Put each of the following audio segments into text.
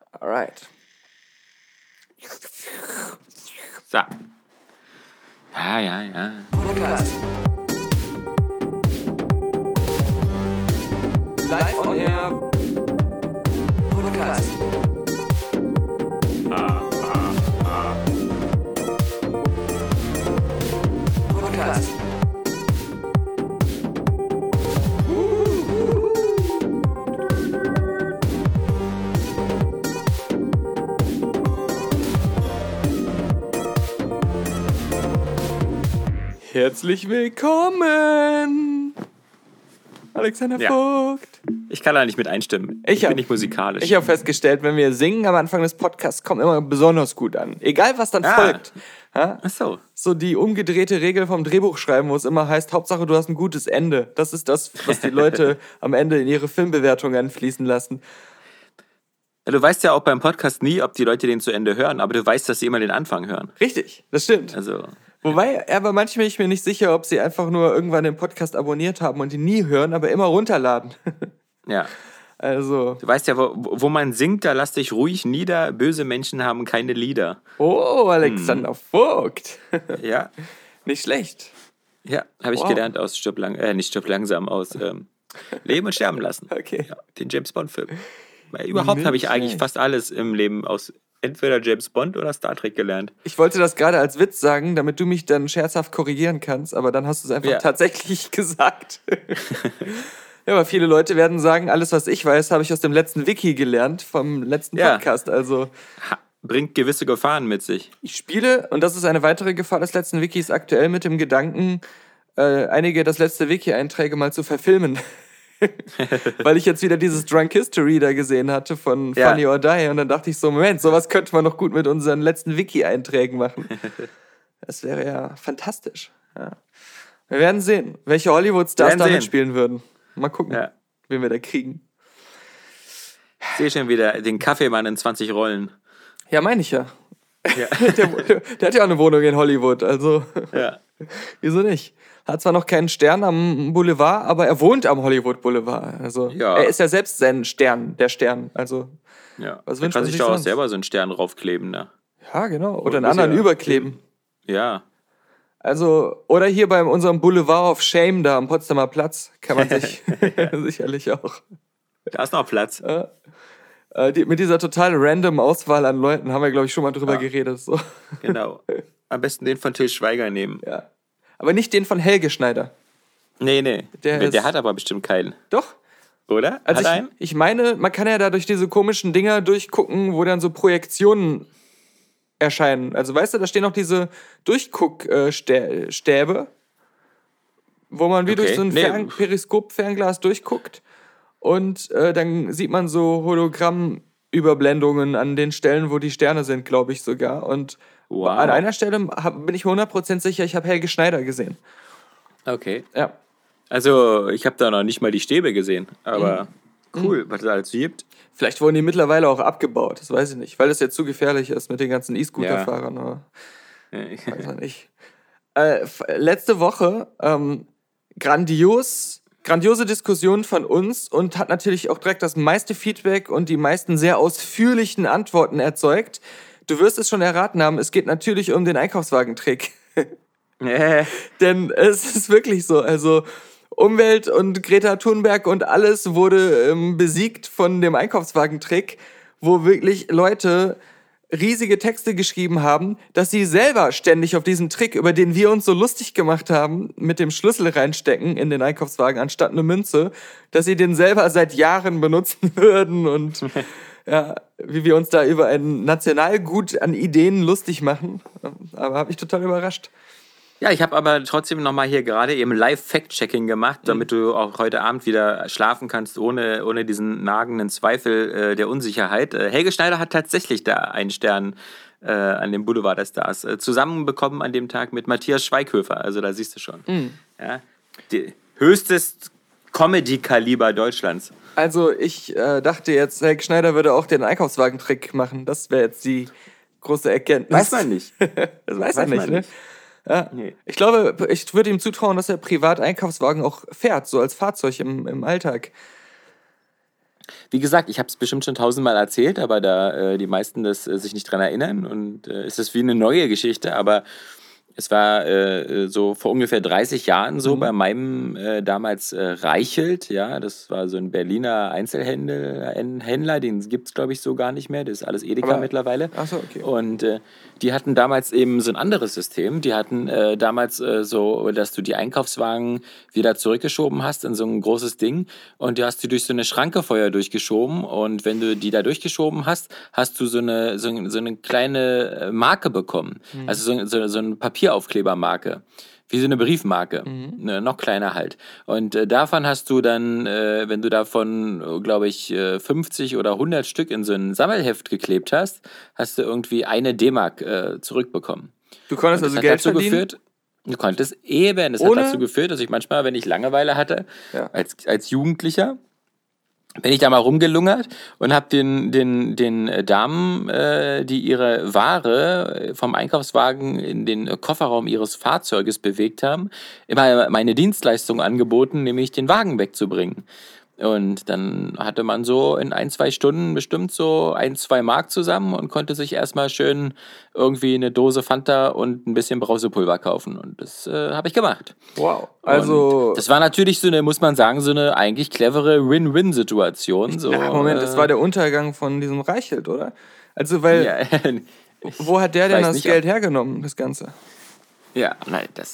Alright. So. Ja. Podcast. Live on Air. Podcast. Podcast. Herzlich willkommen, Alexander Vogt. Ich kann da nicht mit einstimmen. Ich bin nicht musikalisch. Ich habe festgestellt, wenn wir singen am Anfang des Podcasts, kommt immer besonders gut an. Egal, was dann folgt. Ja? Ach so. So die umgedrehte Regel vom Drehbuchschreiben, wo es immer heißt, Hauptsache du hast ein gutes Ende. Das ist das, was die Leute am Ende in ihre Filmbewertung einfließen lassen. Ja, du weißt ja auch beim Podcast nie, ob die Leute den zu Ende hören, aber du weißt, dass sie immer den Anfang hören. Richtig, das stimmt. Also... Wobei, aber manchmal bin ich mir nicht sicher, ob sie einfach nur irgendwann den Podcast abonniert haben und ihn nie hören, aber immer runterladen. Ja. Also. Du weißt ja, wo man singt, da lass dich ruhig nieder. Böse Menschen haben keine Lieder. Oh, Alexander Vogt. Ja. Nicht schlecht. Ja, habe ich gelernt aus nicht Stirb langsam, aus Leben und Sterben lassen. Okay. Ja, den James Bond-Film. Weil überhaupt habe ich eigentlich fast alles im Leben aus entweder James Bond oder Star Trek gelernt. Ich wollte das gerade als Witz sagen, damit du mich dann scherzhaft korrigieren kannst, aber dann hast du es einfach tatsächlich gesagt. Ja, aber viele Leute werden sagen, alles, was ich weiß, habe ich aus dem letzten Wiki gelernt, vom letzten Podcast. Also bringt gewisse Gefahren mit sich. Ich spiele, und das ist eine weitere Gefahr des letzten Wikis, aktuell mit dem Gedanken, einige das letzte Wiki-Einträge mal zu verfilmen. Weil ich jetzt wieder dieses Drunk History da gesehen hatte von Funny or Die und dann dachte ich so, Moment, sowas könnte man noch gut mit unseren letzten Wiki-Einträgen machen. Das wäre ja fantastisch. Ja. Wir werden sehen, welche Hollywood-Stars da mitspielen würden. Mal gucken, wen wir da kriegen. Ich sehe schon wieder den Kaffeemann in 20 Rollen. Ja, meine ich ja. Der hat ja auch eine Wohnung in Hollywood, also wieso nicht? Hat zwar noch keinen Stern am Boulevard, aber er wohnt am Hollywood Boulevard. Also er ist ja selbst sein Stern, der Stern. Also was wünscht man sich doch auch sonst? selber so einen Stern draufkleben, ne? Ja, genau. Oder einen anderen überkleben. Ja. Also, oder hier bei unserem Boulevard of Shame da am Potsdamer Platz kann man sich sicherlich auch. Da ist noch Platz. Mit dieser total random Auswahl an Leuten haben wir, glaube ich, schon mal drüber geredet. So. Genau. Am besten den von Til Schweiger nehmen. Ja. Aber nicht den von Helge Schneider. Nee. Der hat aber bestimmt keinen. Doch. Oder? Also hat einen? Ich meine, man kann ja da durch diese komischen Dinger durchgucken, wo dann so Projektionen erscheinen. Also weißt du, da stehen auch diese Durchguckstäbe, wo man wie durch so ein Periskop-Fernglas durchguckt und dann sieht man so Hologrammüberblendungen an den Stellen, wo die Sterne sind, glaube ich sogar. Und an einer Stelle bin ich mir 100% sicher, ich habe Helge Schneider gesehen. Okay. Ja. Also, ich habe da noch nicht mal die Stäbe gesehen, aber cool, was es alles gibt. Vielleicht wurden die mittlerweile auch abgebaut, das weiß ich nicht, weil es jetzt zu gefährlich ist mit den ganzen E-Scooter-Fahrern. Aber weiß ich nicht. Letzte Woche grandiose Diskussion von uns und hat natürlich auch direkt das meiste Feedback und die meisten sehr ausführlichen Antworten erzeugt. Du wirst es schon erraten haben, es geht natürlich um den Einkaufswagentrick. Denn es ist wirklich so, also Umwelt und Greta Thunberg und alles wurde besiegt von dem Einkaufswagentrick, wo wirklich Leute riesige Texte geschrieben haben, dass sie selber ständig auf diesen Trick, über den wir uns so lustig gemacht haben, mit dem Schlüssel reinstecken in den Einkaufswagen anstatt eine Münze, dass sie den selber seit Jahren benutzen würden und wie wir uns da über ein Nationalgut an Ideen lustig machen. Aber habe ich total überrascht. Ja, ich habe aber trotzdem nochmal hier gerade eben Live-Fact-Checking gemacht, damit du auch heute Abend wieder schlafen kannst, ohne diesen nagenden Zweifel der Unsicherheit. Helge Schneider hat tatsächlich da einen Stern an dem Boulevard der Stars zusammenbekommen an dem Tag mit Matthias Schweighöfer. Also da siehst du schon. Ja, höchstes Comedy-Kaliber Deutschlands. Also ich dachte jetzt, Helge Schneider würde auch den Einkaufswagentrick machen. Das wäre jetzt die große Erkenntnis. Weiß man nicht. Das weiß man nicht, ne? Ja. Nee. Ich glaube, ich würde ihm zutrauen, dass er privat Einkaufswagen auch fährt, so als Fahrzeug im Alltag. Wie gesagt, ich habe es bestimmt schon 1000-mal erzählt, aber da die meisten sich nicht dran erinnern und ist es wie eine neue Geschichte, aber es war so vor ungefähr 30 Jahren so bei meinem damals Reichelt, ja, das war so ein Berliner Einzelhändler, den gibt es glaube ich so gar nicht mehr, das ist alles Edeka mittlerweile. Ach so, okay. Und die hatten damals eben so ein anderes System, die hatten damals so, dass du die Einkaufswagen wieder zurückgeschoben hast in so ein großes Ding und du hast die durch so eine Schranke vorher durchgeschoben und wenn du die da durchgeschoben hast, hast du so eine kleine Marke bekommen, also so ein Papieraufklebermarke, wie so eine Briefmarke, noch kleiner halt. Und davon hast du dann, wenn du davon, glaube ich, 50 oder 100 Stück in so ein Sammelheft geklebt hast, hast du irgendwie eine D-Mark zurückbekommen. Du konntest also Geld verdienen? Du konntest eben. Das hat dazu geführt, dass ich manchmal, wenn ich Langeweile hatte, als Jugendlicher, bin ich da mal rumgelungert und habe den Damen, die ihre Ware vom Einkaufswagen in den Kofferraum ihres Fahrzeuges bewegt haben, immer meine Dienstleistung angeboten, nämlich den Wagen wegzubringen. Und dann hatte man so in 1-2 Stunden bestimmt so 1-2 Mark zusammen und konnte sich erstmal schön irgendwie eine Dose Fanta und ein bisschen Brausepulver kaufen. Und das habe ich gemacht. Wow. Also und das war natürlich so eine, muss man sagen, so eine eigentlich clevere Win-Win-Situation. So, Moment, das war der Untergang von diesem Reichelt, oder? Also, weil, wo hat der denn das Geld hergenommen, das Ganze? Ja, nein, das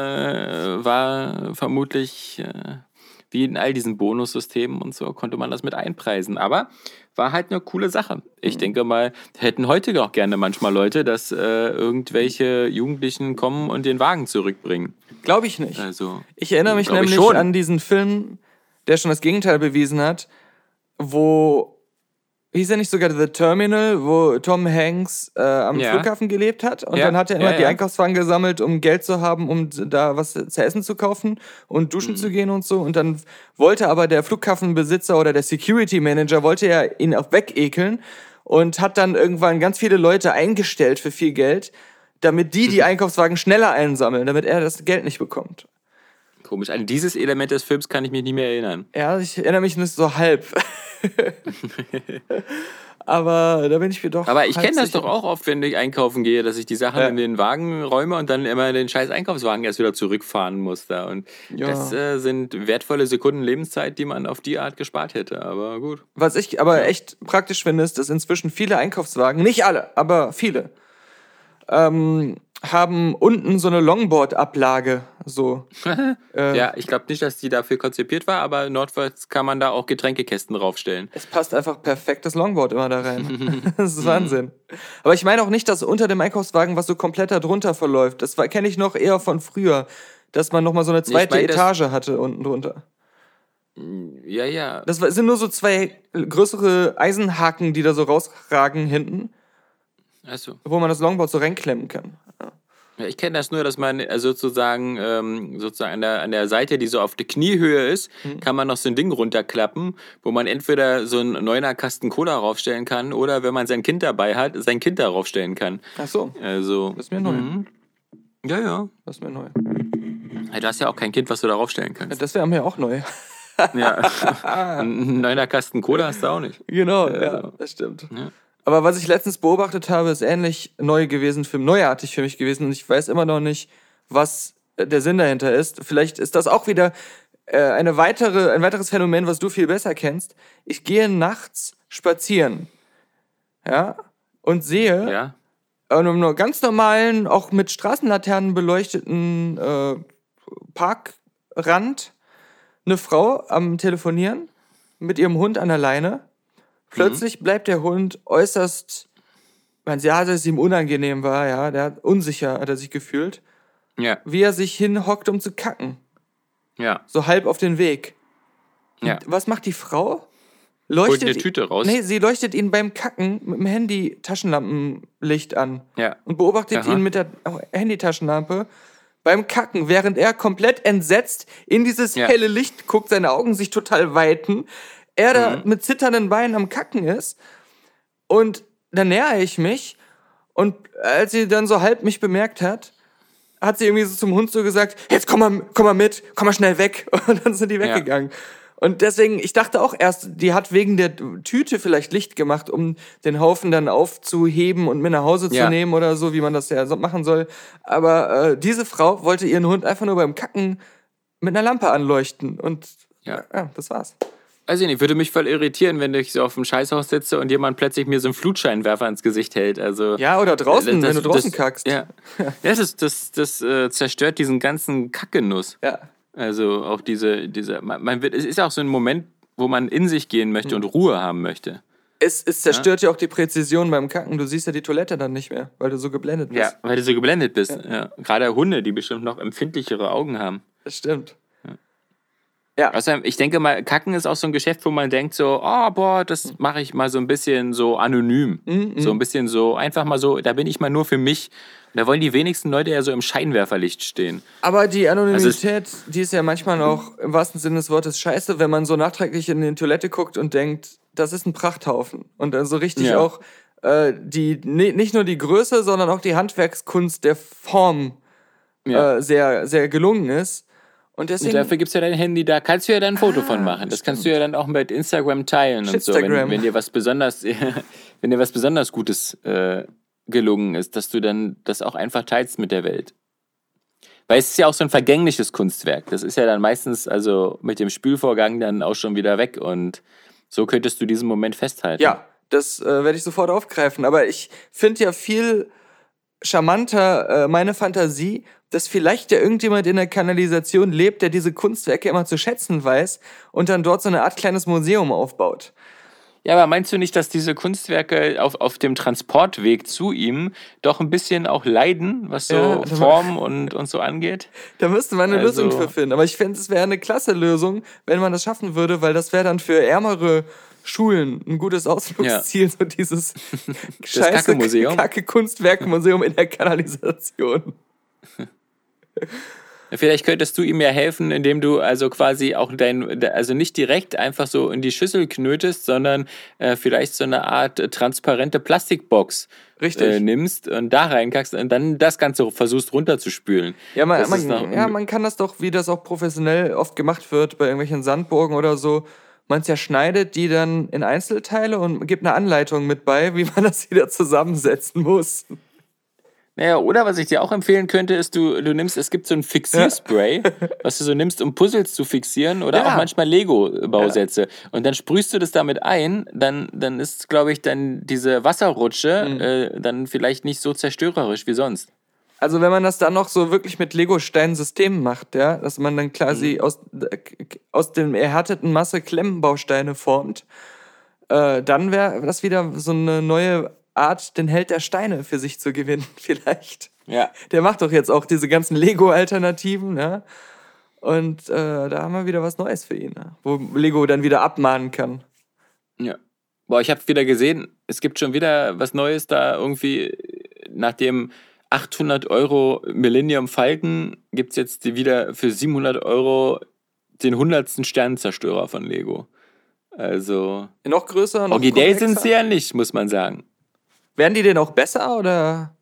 war vermutlich... wie in all diesen Bonussystemen und so konnte man das mit einpreisen. Aber war halt eine coole Sache. Ich denke mal, hätten heute auch gerne manchmal Leute, dass irgendwelche Jugendlichen kommen und den Wagen zurückbringen. Glaube ich nicht. Also, ich erinnere mich nämlich an diesen Film, der schon das Gegenteil bewiesen hat, wo, hieß er nicht sogar The Terminal, wo Tom Hanks am Flughafen gelebt hat und dann hat er immer die Einkaufswagen gesammelt, um Geld zu haben, um da was zu essen zu kaufen und duschen zu gehen und so. Und dann wollte aber der Flughafenbesitzer oder der Security Manager wollte ja ihn auch wegekeln und hat dann irgendwann ganz viele Leute eingestellt für viel Geld, damit die Einkaufswagen schneller einsammeln, damit er das Geld nicht bekommt. Komisch, an dieses Element des Films kann ich mich nicht mehr erinnern. Ja, ich erinnere mich nur so halb. Aber da bin ich mir doch. Aber ich kenne das doch auch oft, wenn ich einkaufen gehe, dass ich die Sachen in den Wagen räume und dann immer den scheiß Einkaufswagen erst wieder zurückfahren muss da. Und das sind wertvolle Sekunden Lebenszeit, die man auf die Art gespart hätte. Aber gut. Was ich aber echt praktisch finde, ist, dass inzwischen viele Einkaufswagen, nicht alle, aber viele, haben unten so eine Longboard-Ablage. So. Ja, ich glaube nicht, dass die dafür konzipiert war, aber notfalls kann man da auch Getränkekästen draufstellen. Es passt einfach perfekt das Longboard immer da rein. Das ist Wahnsinn. Aber ich meine auch nicht, dass unter dem Einkaufswagen was so komplett da drunter verläuft. Das kenne ich noch eher von früher, dass man nochmal so eine zweite Etage hatte unten drunter. Ja. Das sind nur so 2 größere Eisenhaken, die da so rausragen hinten. Ach so. Wo man das Longboard so reinklemmen kann. Ja, ich kenne das nur, dass man sozusagen an der Seite, die so auf der Kniehöhe ist, kann man noch so ein Ding runterklappen, wo man entweder so einen 9er Kasten Cola raufstellen kann oder, wenn man sein Kind dabei hat, sein Kind darauf stellen kann. Ach so. Also, das ist mir neu. Ja. Das ist mir neu. Ja, du hast ja auch kein Kind, was du darauf stellen kannst. Das wäre mir auch neu. Ja. Ein 9er Kasten Cola hast du auch nicht. Genau, das stimmt. Ja. Aber was ich letztens beobachtet habe, ist ähnlich neuartig für mich gewesen. Und ich weiß immer noch nicht, was der Sinn dahinter ist. Vielleicht ist das auch wieder ein weiteres Phänomen, was du viel besser kennst. Ich gehe nachts spazieren. Ja? Und sehe an einem ganz normalen, auch mit Straßenlaternen beleuchteten Parkrand eine Frau am Telefonieren mit ihrem Hund an der Leine. Plötzlich bleibt der Hund äußerst, dass es ihm unangenehm war, der hat er sich gefühlt, wie er sich hinhockt, um zu kacken. Ja. So halb auf den Weg. Ja. Und was macht die Frau? Holt eine Tüte raus. Nee, sie leuchtet ihn beim Kacken mit dem Handy-Taschenlampenlicht an. Ja. Und beobachtet ihn mit der Handy-Taschenlampe beim Kacken, während er komplett entsetzt in dieses helle Licht guckt, seine Augen sich total weiten, er da mit zitternden Beinen am Kacken ist. Und dann nähere ich mich und als sie dann so halb mich bemerkt hat sie irgendwie so zum Hund so gesagt, jetzt komm mal mit, komm mal schnell weg. Und dann sind die weggegangen. Und deswegen, ich dachte auch erst, die hat wegen der Tüte vielleicht Licht gemacht, um den Haufen dann aufzuheben und mit nach Hause zu nehmen oder so, wie man das ja so machen soll. Aber diese Frau wollte ihren Hund einfach nur beim Kacken mit einer Lampe anleuchten. Und ja das war's. Weiß ich nicht, würde mich voll irritieren, wenn ich so auf dem Scheißhaus sitze und jemand plötzlich mir so einen Flutscheinwerfer ins Gesicht hält. Also, ja, oder draußen, wenn du draußen kackst. Ja, das zerstört diesen ganzen Kackgenuss. Ja. Also auch es ist auch so ein Moment, wo man in sich gehen möchte und Ruhe haben möchte. Es zerstört ja auch die Präzision beim Kacken. Du siehst ja die Toilette dann nicht mehr, weil du so geblendet bist. Ja, weil du so geblendet bist. Ja. Gerade Hunde, die bestimmt noch empfindlichere Augen haben. Das stimmt. Ja. Außerdem, ich denke mal, Kacken ist auch so ein Geschäft, wo man denkt so, das mache ich mal so ein bisschen so anonym. So ein bisschen so, einfach mal so, da bin ich mal nur für mich. Da wollen die wenigsten Leute ja so im Scheinwerferlicht stehen. Aber die Anonymität, die ist ja manchmal auch im wahrsten Sinne des Wortes scheiße, wenn man so nachträglich in die Toilette guckt und denkt, das ist ein Prachthaufen. Und dann so richtig auch nicht nur die Größe, sondern auch die Handwerkskunst der Form sehr, sehr gelungen ist. Und deswegen, dafür gibt's ja dein Handy, da kannst du ja dann ein Foto von machen. Das kannst du ja dann auch mit Instagram teilen und so, wenn dir was besonders Gutes gelungen ist, dass du dann das auch einfach teilst mit der Welt. Weil es ist ja auch so ein vergängliches Kunstwerk. Das ist ja dann meistens also mit dem Spülvorgang dann auch schon wieder weg und so könntest du diesen Moment festhalten. Ja, das werde ich sofort aufgreifen. Aber ich finde ja viel charmanter meine Fantasie, dass vielleicht ja irgendjemand in der Kanalisation lebt, der diese Kunstwerke immer zu schätzen weiß und dann dort so eine Art kleines Museum aufbaut. Ja, aber meinst du nicht, dass diese Kunstwerke auf dem Transportweg zu ihm doch ein bisschen auch leiden, was so Form und so angeht? Da müsste man eine Lösung für finden. Aber ich fände, es wäre eine klasse Lösung, wenn man das schaffen würde, weil das wäre dann für ärmere Schulen ein gutes Ausflugsziel, so dieses scheiße Kacke-Kunstwerkmuseum in der Kanalisation. Vielleicht könntest du ihm ja helfen, indem du also quasi auch also nicht direkt einfach so in die Schüssel knötest, sondern vielleicht so eine Art transparente Plastikbox nimmst und da reinkackst und dann das Ganze versuchst runterzuspülen. Ja, man kann das doch, wie das auch professionell oft gemacht wird, bei irgendwelchen Sandburgen oder so, man zerschneidet die dann in Einzelteile und gibt eine Anleitung mit bei, wie man das wieder zusammensetzen muss. Naja, oder was ich dir auch empfehlen könnte, ist, du nimmst, es gibt so ein Fixierspray, was du so nimmst, um Puzzles zu fixieren oder auch manchmal Lego-Bausätze. Und dann sprühst du das damit ein, dann ist, glaube ich, dann diese Wasserrutsche dann vielleicht nicht so zerstörerisch wie sonst. Also wenn man das dann noch so wirklich mit Lego-Stein-Systemen macht, ja, dass man dann quasi aus dem erhärteten Masse Klemmbausteine formt, dann wäre das wieder so eine neue Art, den Held der Steine für sich zu gewinnen, vielleicht. Ja. Der macht doch jetzt auch diese ganzen Lego-Alternativen, ne? Und da haben wir wieder was Neues für ihn, ne? Wo Lego dann wieder abmahnen kann. Ja. Boah, ich habe wieder gesehen, es gibt schon wieder was Neues da irgendwie, nach dem 800 € Millennium Falcon gibt's jetzt wieder für 700 € den 100. Sternenzerstörer von Lego. Also noch größer, noch originell sind sie ja nicht, muss man sagen. Werden die denn auch besser, oder?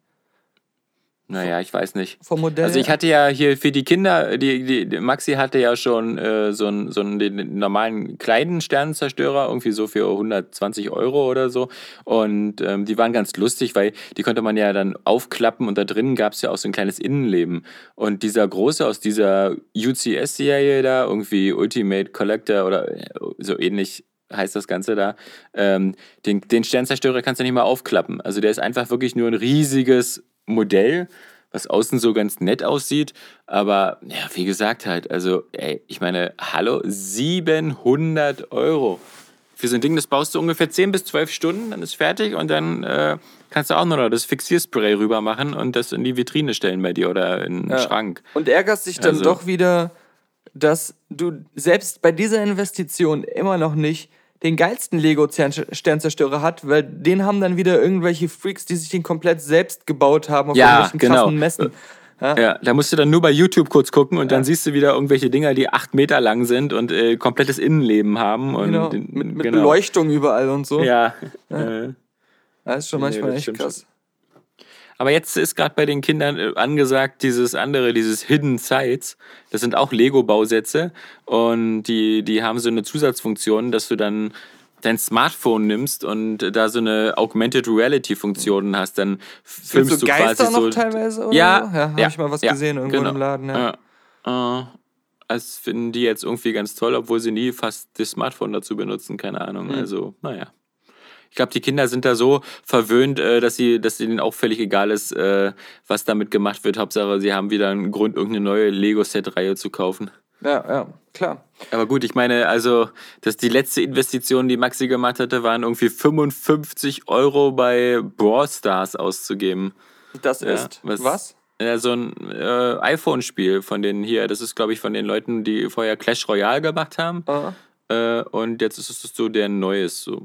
Naja, ich weiß nicht. Vom Modell? Also ich hatte ja hier für die Kinder, die Maxi hatte ja schon den normalen kleinen Sternenzerstörer, irgendwie so für 120 € oder so. Und die waren ganz lustig, weil die konnte man ja dann aufklappen und da drinnen gab es ja auch so ein kleines Innenleben. Und dieser große aus dieser UCS-Serie da, irgendwie Ultimate Collector oder so ähnlich heißt das Ganze da, den Sternzerstörer kannst du nicht mal aufklappen. Also der ist einfach wirklich nur ein riesiges Modell, was außen so ganz nett aussieht, aber ja, wie gesagt halt, also ich meine, hallo, 700 € für so ein Ding, das baust du ungefähr 10 bis 12 Stunden, dann ist fertig und dann kannst du auch nur noch das Fixierspray rüber machen und das in die Vitrine stellen bei dir oder in den Schrank. Und ärgerst dich dann doch wieder, dass du selbst bei dieser Investition immer noch nicht den geilsten Lego-Sternzerstörer hat, weil den haben dann wieder irgendwelche Freaks, die sich den komplett selbst gebaut haben auf irgendwelchen krassen Messen. Ja, da musst du dann nur bei YouTube kurz gucken und dann siehst du wieder irgendwelche Dinger, die 8 Meter lang sind und komplettes Innenleben haben. Und mit Beleuchtung überall und so. Ja. Das ist schon manchmal echt krass. Aber jetzt ist gerade bei den Kindern angesagt dieses Hidden Sites. Das sind auch Lego-Bausätze und die haben so eine Zusatzfunktion, dass du dann dein Smartphone nimmst und da so eine Augmented Reality Funktion hast, dann filmst so du quasi Geister so. noch teilweise? Oder Ja, so? Habe ich mal was gesehen irgendwo genau. im Laden. Ja. Das finden die jetzt irgendwie ganz toll, obwohl sie nie fast das Smartphone dazu benutzen, keine Ahnung. Also, naja. Ich glaube, die Kinder sind da so verwöhnt, dass denen auch völlig egal ist, was damit gemacht wird. Hauptsache, sie haben wieder einen Grund, irgendeine neue Lego-Set-Reihe zu kaufen. Ja, klar. Aber gut, ich meine, also, dass die letzte Investition, die Maxi gemacht hatte, waren irgendwie 55 € bei Brawl Stars auszugeben. Das ist was? Ja, so ein iPhone-Spiel von denen hier. Das ist, glaube ich, von den Leuten, die vorher Clash Royale gemacht haben. Und jetzt ist es so der Neues. So,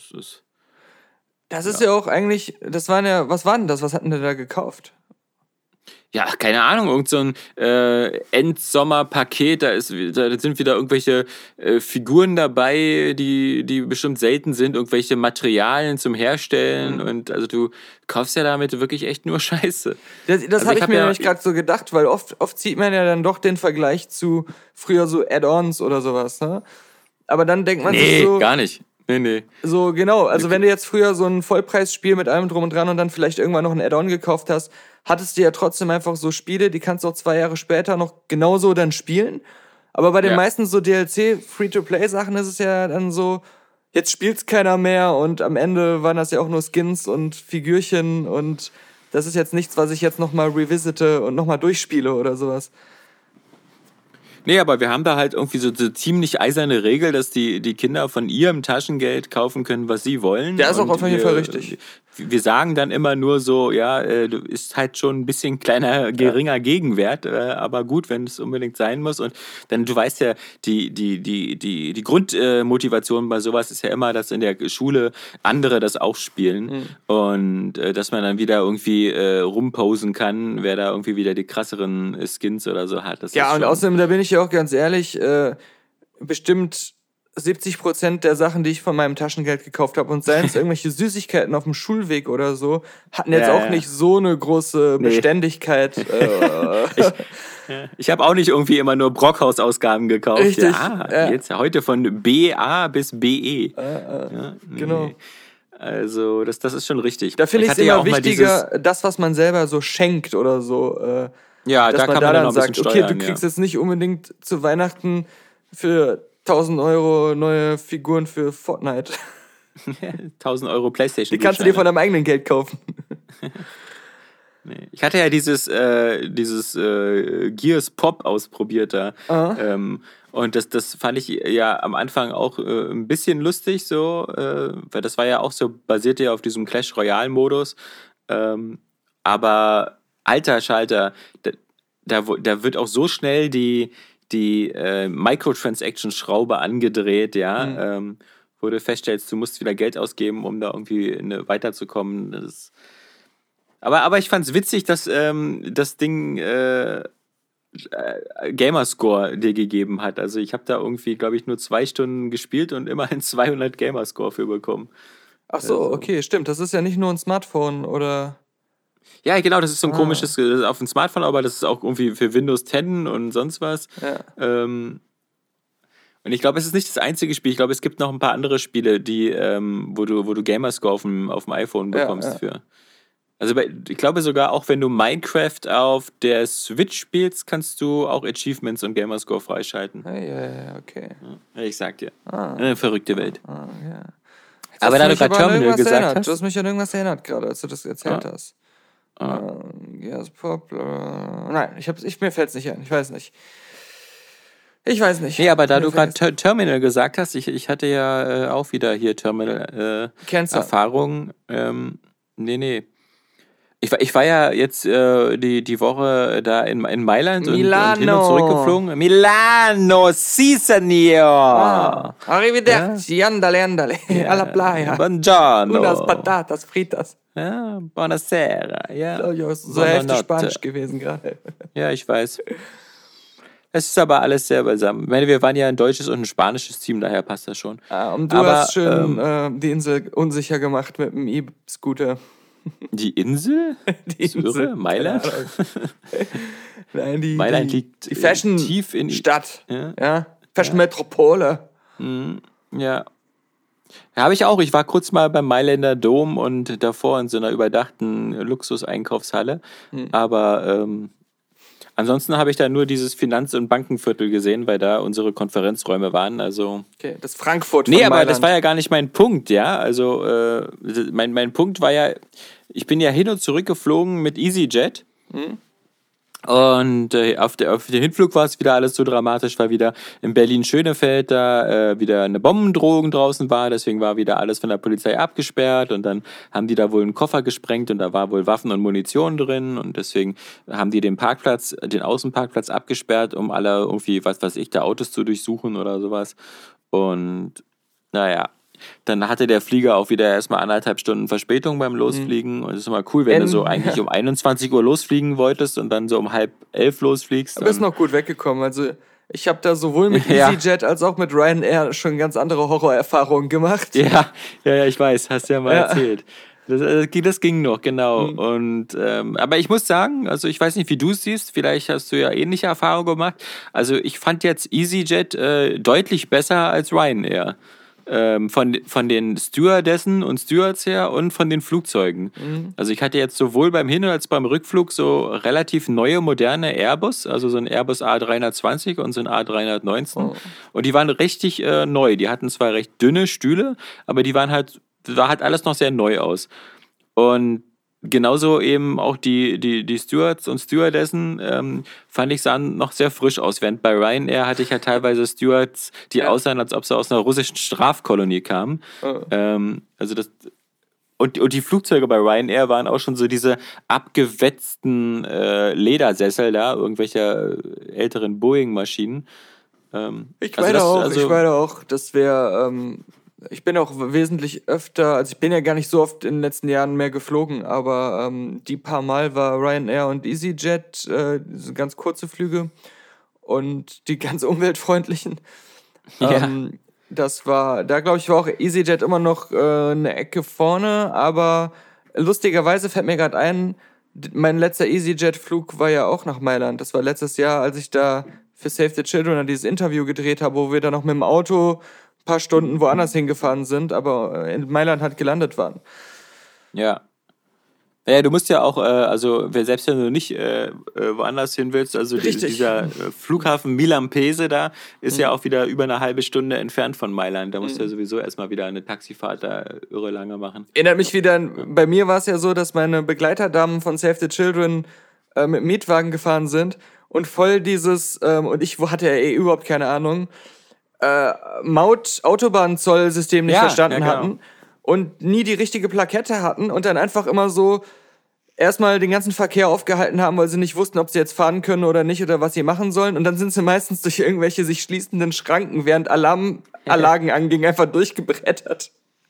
das ist ja auch eigentlich, was war denn das? Was hatten die da gekauft? Ja, keine Ahnung, irgend so ein Endsommer-Paket, da sind wieder irgendwelche Figuren dabei, die bestimmt selten sind, irgendwelche Materialien zum Herstellen und also du kaufst ja damit wirklich echt nur Scheiße. Das habe ich mir nämlich gerade so gedacht, weil oft sieht man ja dann doch den Vergleich zu früher so Add-ons oder sowas, ne? Aber dann denkt man sich so... Nee, gar nicht. Nee. So, genau. Also wenn du jetzt früher so ein Vollpreisspiel mit allem drum und dran und dann vielleicht irgendwann noch ein Add-on gekauft hast, hattest du ja trotzdem einfach so Spiele, die kannst du auch 2 Jahre später noch genauso dann spielen. Aber bei den meisten so DLC-Free-to-Play-Sachen ist es ja dann so, jetzt spielt's keiner mehr und am Ende waren das ja auch nur Skins und Figürchen und das ist jetzt nichts, was ich jetzt nochmal revisite und nochmal durchspiele oder sowas. Nee, aber wir haben da halt irgendwie so ziemlich eiserne Regel, dass die Kinder von ihrem Taschengeld kaufen können, was sie wollen. Der ist auch auf jeden Fall richtig. Wir sagen dann immer nur so, du ist halt schon ein bisschen geringer Gegenwert, aber gut, wenn es unbedingt sein muss. Und dann, du weißt ja, die Grundmotivation bei sowas ist ja immer, dass in der Schule andere das auch spielen und dass man dann wieder irgendwie rumposen kann, wer da irgendwie wieder die krasseren Skins oder so hat. Das und außerdem, da bin ich ja auch ganz ehrlich, bestimmt 70% der Sachen, die ich von meinem Taschengeld gekauft habe, und seien es irgendwelche Süßigkeiten auf dem Schulweg oder so, hatten jetzt auch nicht so eine große Beständigkeit. Ich habe auch nicht irgendwie immer nur Brockhaus-Ausgaben gekauft. Richtig. Jetzt heute von BA bis BE. Genau. Also das ist schon richtig. Da finde ich es immer wichtiger, das, was man selber so schenkt oder so. Dass da kann man dann dann sagt, steuern, okay, du kriegst jetzt nicht unbedingt zu Weihnachten für 1.000 € neue Figuren für Fortnite. 1.000 € PlayStation. Die kannst du dir von deinem eigenen Geld kaufen. Nee. Ich hatte ja dieses Gears Pop ausprobiert da. Und das fand ich ja am Anfang auch ein bisschen lustig, so, weil das war ja auch so, basierte ja auf diesem Clash Royale Modus. Aber alter Schalter, da wird auch so schnell die Microtransaction-Schraube angedreht, wo du feststellst, du musst wieder Geld ausgeben, um da irgendwie weiterzukommen. Aber ich fand's witzig, dass das Ding Gamerscore dir gegeben hat. Also ich habe da irgendwie, glaube ich, nur 2 Stunden gespielt und immerhin 200 Gamerscore für bekommen. Ach so, okay, stimmt. Das ist ja nicht nur ein Smartphone, oder... Ja, genau, das ist so ein komisches, das ist auf dem Smartphone, aber das ist auch irgendwie für Windows 10 und sonst was. Ja. Und ich glaube, es ist nicht das einzige Spiel. Ich glaube, es gibt noch ein paar andere Spiele, wo du Gamerscore auf dem iPhone bekommst für. Also ich glaube sogar, auch wenn du Minecraft auf der Switch spielst, kannst du auch Achievements und Gamerscore freischalten. Ja, okay. Ja, ich sag dir. Eine verrückte Welt. Ja. Aber da du gerade Terminal gesagt hast. Du hast mich an irgendwas erinnert gerade, als du das erzählt hast. Gears Pop. Nein, mir fällt's nicht ein. Ich weiß nicht. Nee, aber da du gerade Terminal gesagt hast, ich hatte ja auch wieder hier Terminal-Erfahrung. Nee. Ich war ja jetzt die Woche da in Mailand und hin und zurückgeflogen. Milano, sì, signor! Arrivederci, andale, alla playa. Buongiorno. Unas patatas fritas. Ja, buonasera. Ja, so heftig Spanisch gewesen gerade. Ja, ich weiß. Es ist aber alles sehr beisammen. Ich meine, wir waren ja ein deutsches und ein spanisches Team, daher passt das schon. Und du hast schön die Insel unsicher gemacht mit dem E-Scooter. Die Insel? Die Insel. Irre? Mailand? Nein, Mailand liegt die Fashion tief in Stadt. Ja. Fashion Metropole. Ja. Habe ich auch. Ich war kurz mal beim Mailänder Dom und davor in so einer überdachten Luxus-Einkaufshalle. Aber ansonsten habe ich da nur dieses Finanz- und Bankenviertel gesehen, weil da unsere Konferenzräume waren. Also okay, das Frankfurt von Nee, aber Mailand. das war ja gar nicht mein Punkt, ja. Also mein Punkt war ja, ich bin ja hin und zurück geflogen mit EasyJet. Und auf den Hinflug war es wieder alles so dramatisch, weil wieder in Berlin-Schönefeld da wieder eine Bombendrohung draußen war. Deswegen war wieder alles von der Polizei abgesperrt. Und dann haben die da wohl einen Koffer gesprengt und da war wohl Waffen und Munition drin. Und deswegen haben die den Außenparkplatz abgesperrt, um alle irgendwie, was weiß ich, da Autos zu durchsuchen oder sowas. Und naja, dann hatte der Flieger auch wieder erstmal 1,5 Stunden Verspätung beim Losfliegen. Und es ist immer cool, wenn du so eigentlich um 21 Uhr losfliegen wolltest und dann so um 10:30 losfliegst. Aber ist noch gut weggekommen. Also ich habe da sowohl mit EasyJet als auch mit Ryanair schon ganz andere Horrorerfahrungen gemacht. Ja, ich weiß, hast du ja mal erzählt. Das ging noch, genau. Und aber ich muss sagen, also ich weiß nicht, wie du es siehst, vielleicht hast du ja ähnliche Erfahrungen gemacht. Also ich fand jetzt EasyJet deutlich besser als Ryanair. Von den Stewardessen und Stewards her und von den Flugzeugen. Also ich hatte jetzt sowohl beim Hin- als beim Rückflug so relativ neue, moderne Airbus, also so ein Airbus A320 und so ein A319. Und die waren richtig neu. Die hatten zwar recht dünne Stühle, aber sah halt alles noch sehr neu aus. Und genauso eben auch die Stewards und Stewardessen fand ich, sahen noch sehr frisch aus. Während bei Ryanair hatte ich ja teilweise Stewards, die aussahen, als ob sie aus einer russischen Strafkolonie kamen. Also das und die Flugzeuge bei Ryanair waren auch schon so diese abgewetzten Ledersessel da, irgendwelcher älteren Boeing-Maschinen. Ich meine auch, das wäre... ich bin auch wesentlich öfter, also ich bin ja gar nicht so oft in den letzten Jahren mehr geflogen, aber die paar Mal war Ryanair und EasyJet, diese ganz kurze Flüge und die ganz umweltfreundlichen. Ja. Da glaube ich, war auch EasyJet immer noch eine Ecke vorne, aber lustigerweise fällt mir gerade ein, mein letzter EasyJet-Flug war ja auch nach Mailand. Das war letztes Jahr, als ich da für Save the Children dieses Interview gedreht habe, wo wir da noch mit dem Auto paar Stunden woanders hingefahren sind, aber in Mailand halt gelandet waren. Ja. Ja, du musst ja auch, selbst wenn du nicht woanders hin willst, also dieser Flughafen Milan-Pese da ist ja auch wieder über eine halbe Stunde entfernt von Mailand. Da musst du ja sowieso erstmal wieder eine Taxifahrt da irre lange machen. Erinnert mich wieder, bei mir war es ja so, dass meine Begleiterdamen von Save the Children mit Mietwagen gefahren sind und voll dieses, und ich hatte ja überhaupt keine Ahnung, Autobahnzollsystem nicht verstanden hatten und nie die richtige Plakette hatten und dann einfach immer so erstmal den ganzen Verkehr aufgehalten haben, weil sie nicht wussten, ob sie jetzt fahren können oder nicht oder was sie machen sollen. Und dann sind sie meistens durch irgendwelche sich schließenden Schranken, während Alarmanlagen anging, einfach durchgebrettert.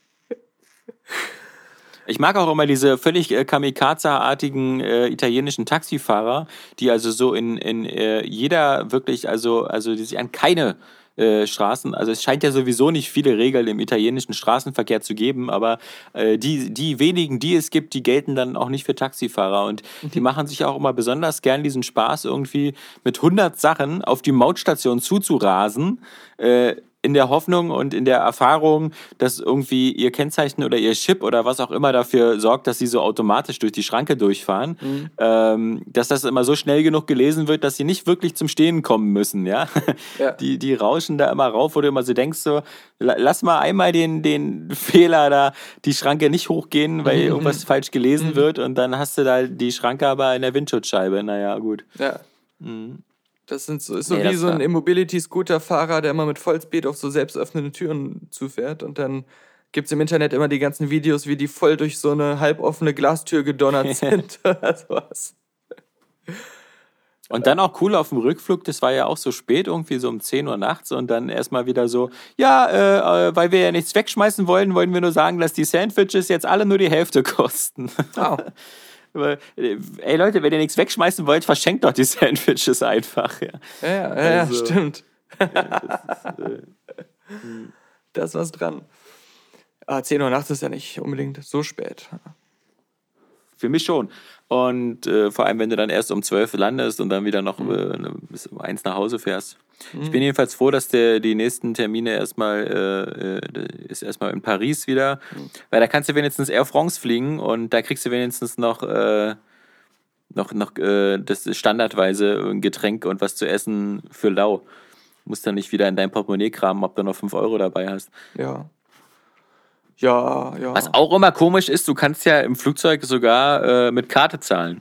Ich mag auch immer diese völlig Kamikaze-artigen italienischen Taxifahrer, die also so in jeder wirklich, also die sich an keine Straßen, also es scheint ja sowieso nicht viele Regeln im italienischen Straßenverkehr zu geben, aber die wenigen, die es gibt, die gelten dann auch nicht für Taxifahrer und die machen sich auch immer besonders gern diesen Spaß, irgendwie mit 100 Sachen auf die Mautstation zuzurasen, in der Hoffnung und in der Erfahrung, dass irgendwie ihr Kennzeichen oder ihr Chip oder was auch immer dafür sorgt, dass sie so automatisch durch die Schranke durchfahren, dass das immer so schnell genug gelesen wird, dass sie nicht wirklich zum Stehen kommen müssen, ja? Die rauschen da immer rauf, wo du immer so denkst, so, lass mal einmal den Fehler da, die Schranke nicht hochgehen, weil irgendwas falsch gelesen wird und dann hast du da die Schranke aber in der Windschutzscheibe, naja, gut. Ja. Das ist so wie so ein Immobility-Scooter-Fahrer, der immer mit Vollspeed auf so selbstöffnende Türen zufährt. Und dann gibt es im Internet immer die ganzen Videos, wie die voll durch so eine halboffene Glastür gedonnert sind oder sowas. Und dann auch cool auf dem Rückflug, das war ja auch so spät, irgendwie so um 10 Uhr nachts und dann erstmal wieder so, weil wir ja nichts wegschmeißen wollen, wollten wir nur sagen, dass die Sandwiches jetzt alle nur die Hälfte kosten. Oh. Ey Leute, wenn ihr nichts wegschmeißen wollt, verschenkt doch die Sandwiches einfach. Ja, stimmt. Da ist was dran. 10 Uhr nachts ist ja nicht unbedingt so spät. Für mich schon. Und vor allem, wenn du dann erst um 12 landest und dann wieder noch bis um 1 nach Hause fährst. Ich bin jedenfalls froh, dass die nächsten Termine erstmal ist erstmal in Paris wieder, weil da kannst du wenigstens Air France fliegen und da kriegst du wenigstens noch das standardweise ein Getränk und was zu essen für lau. Du musst dann nicht wieder in dein Portemonnaie kramen, ob du noch 5 Euro dabei hast. Ja. Was auch immer komisch ist, du kannst ja im Flugzeug sogar mit Karte zahlen.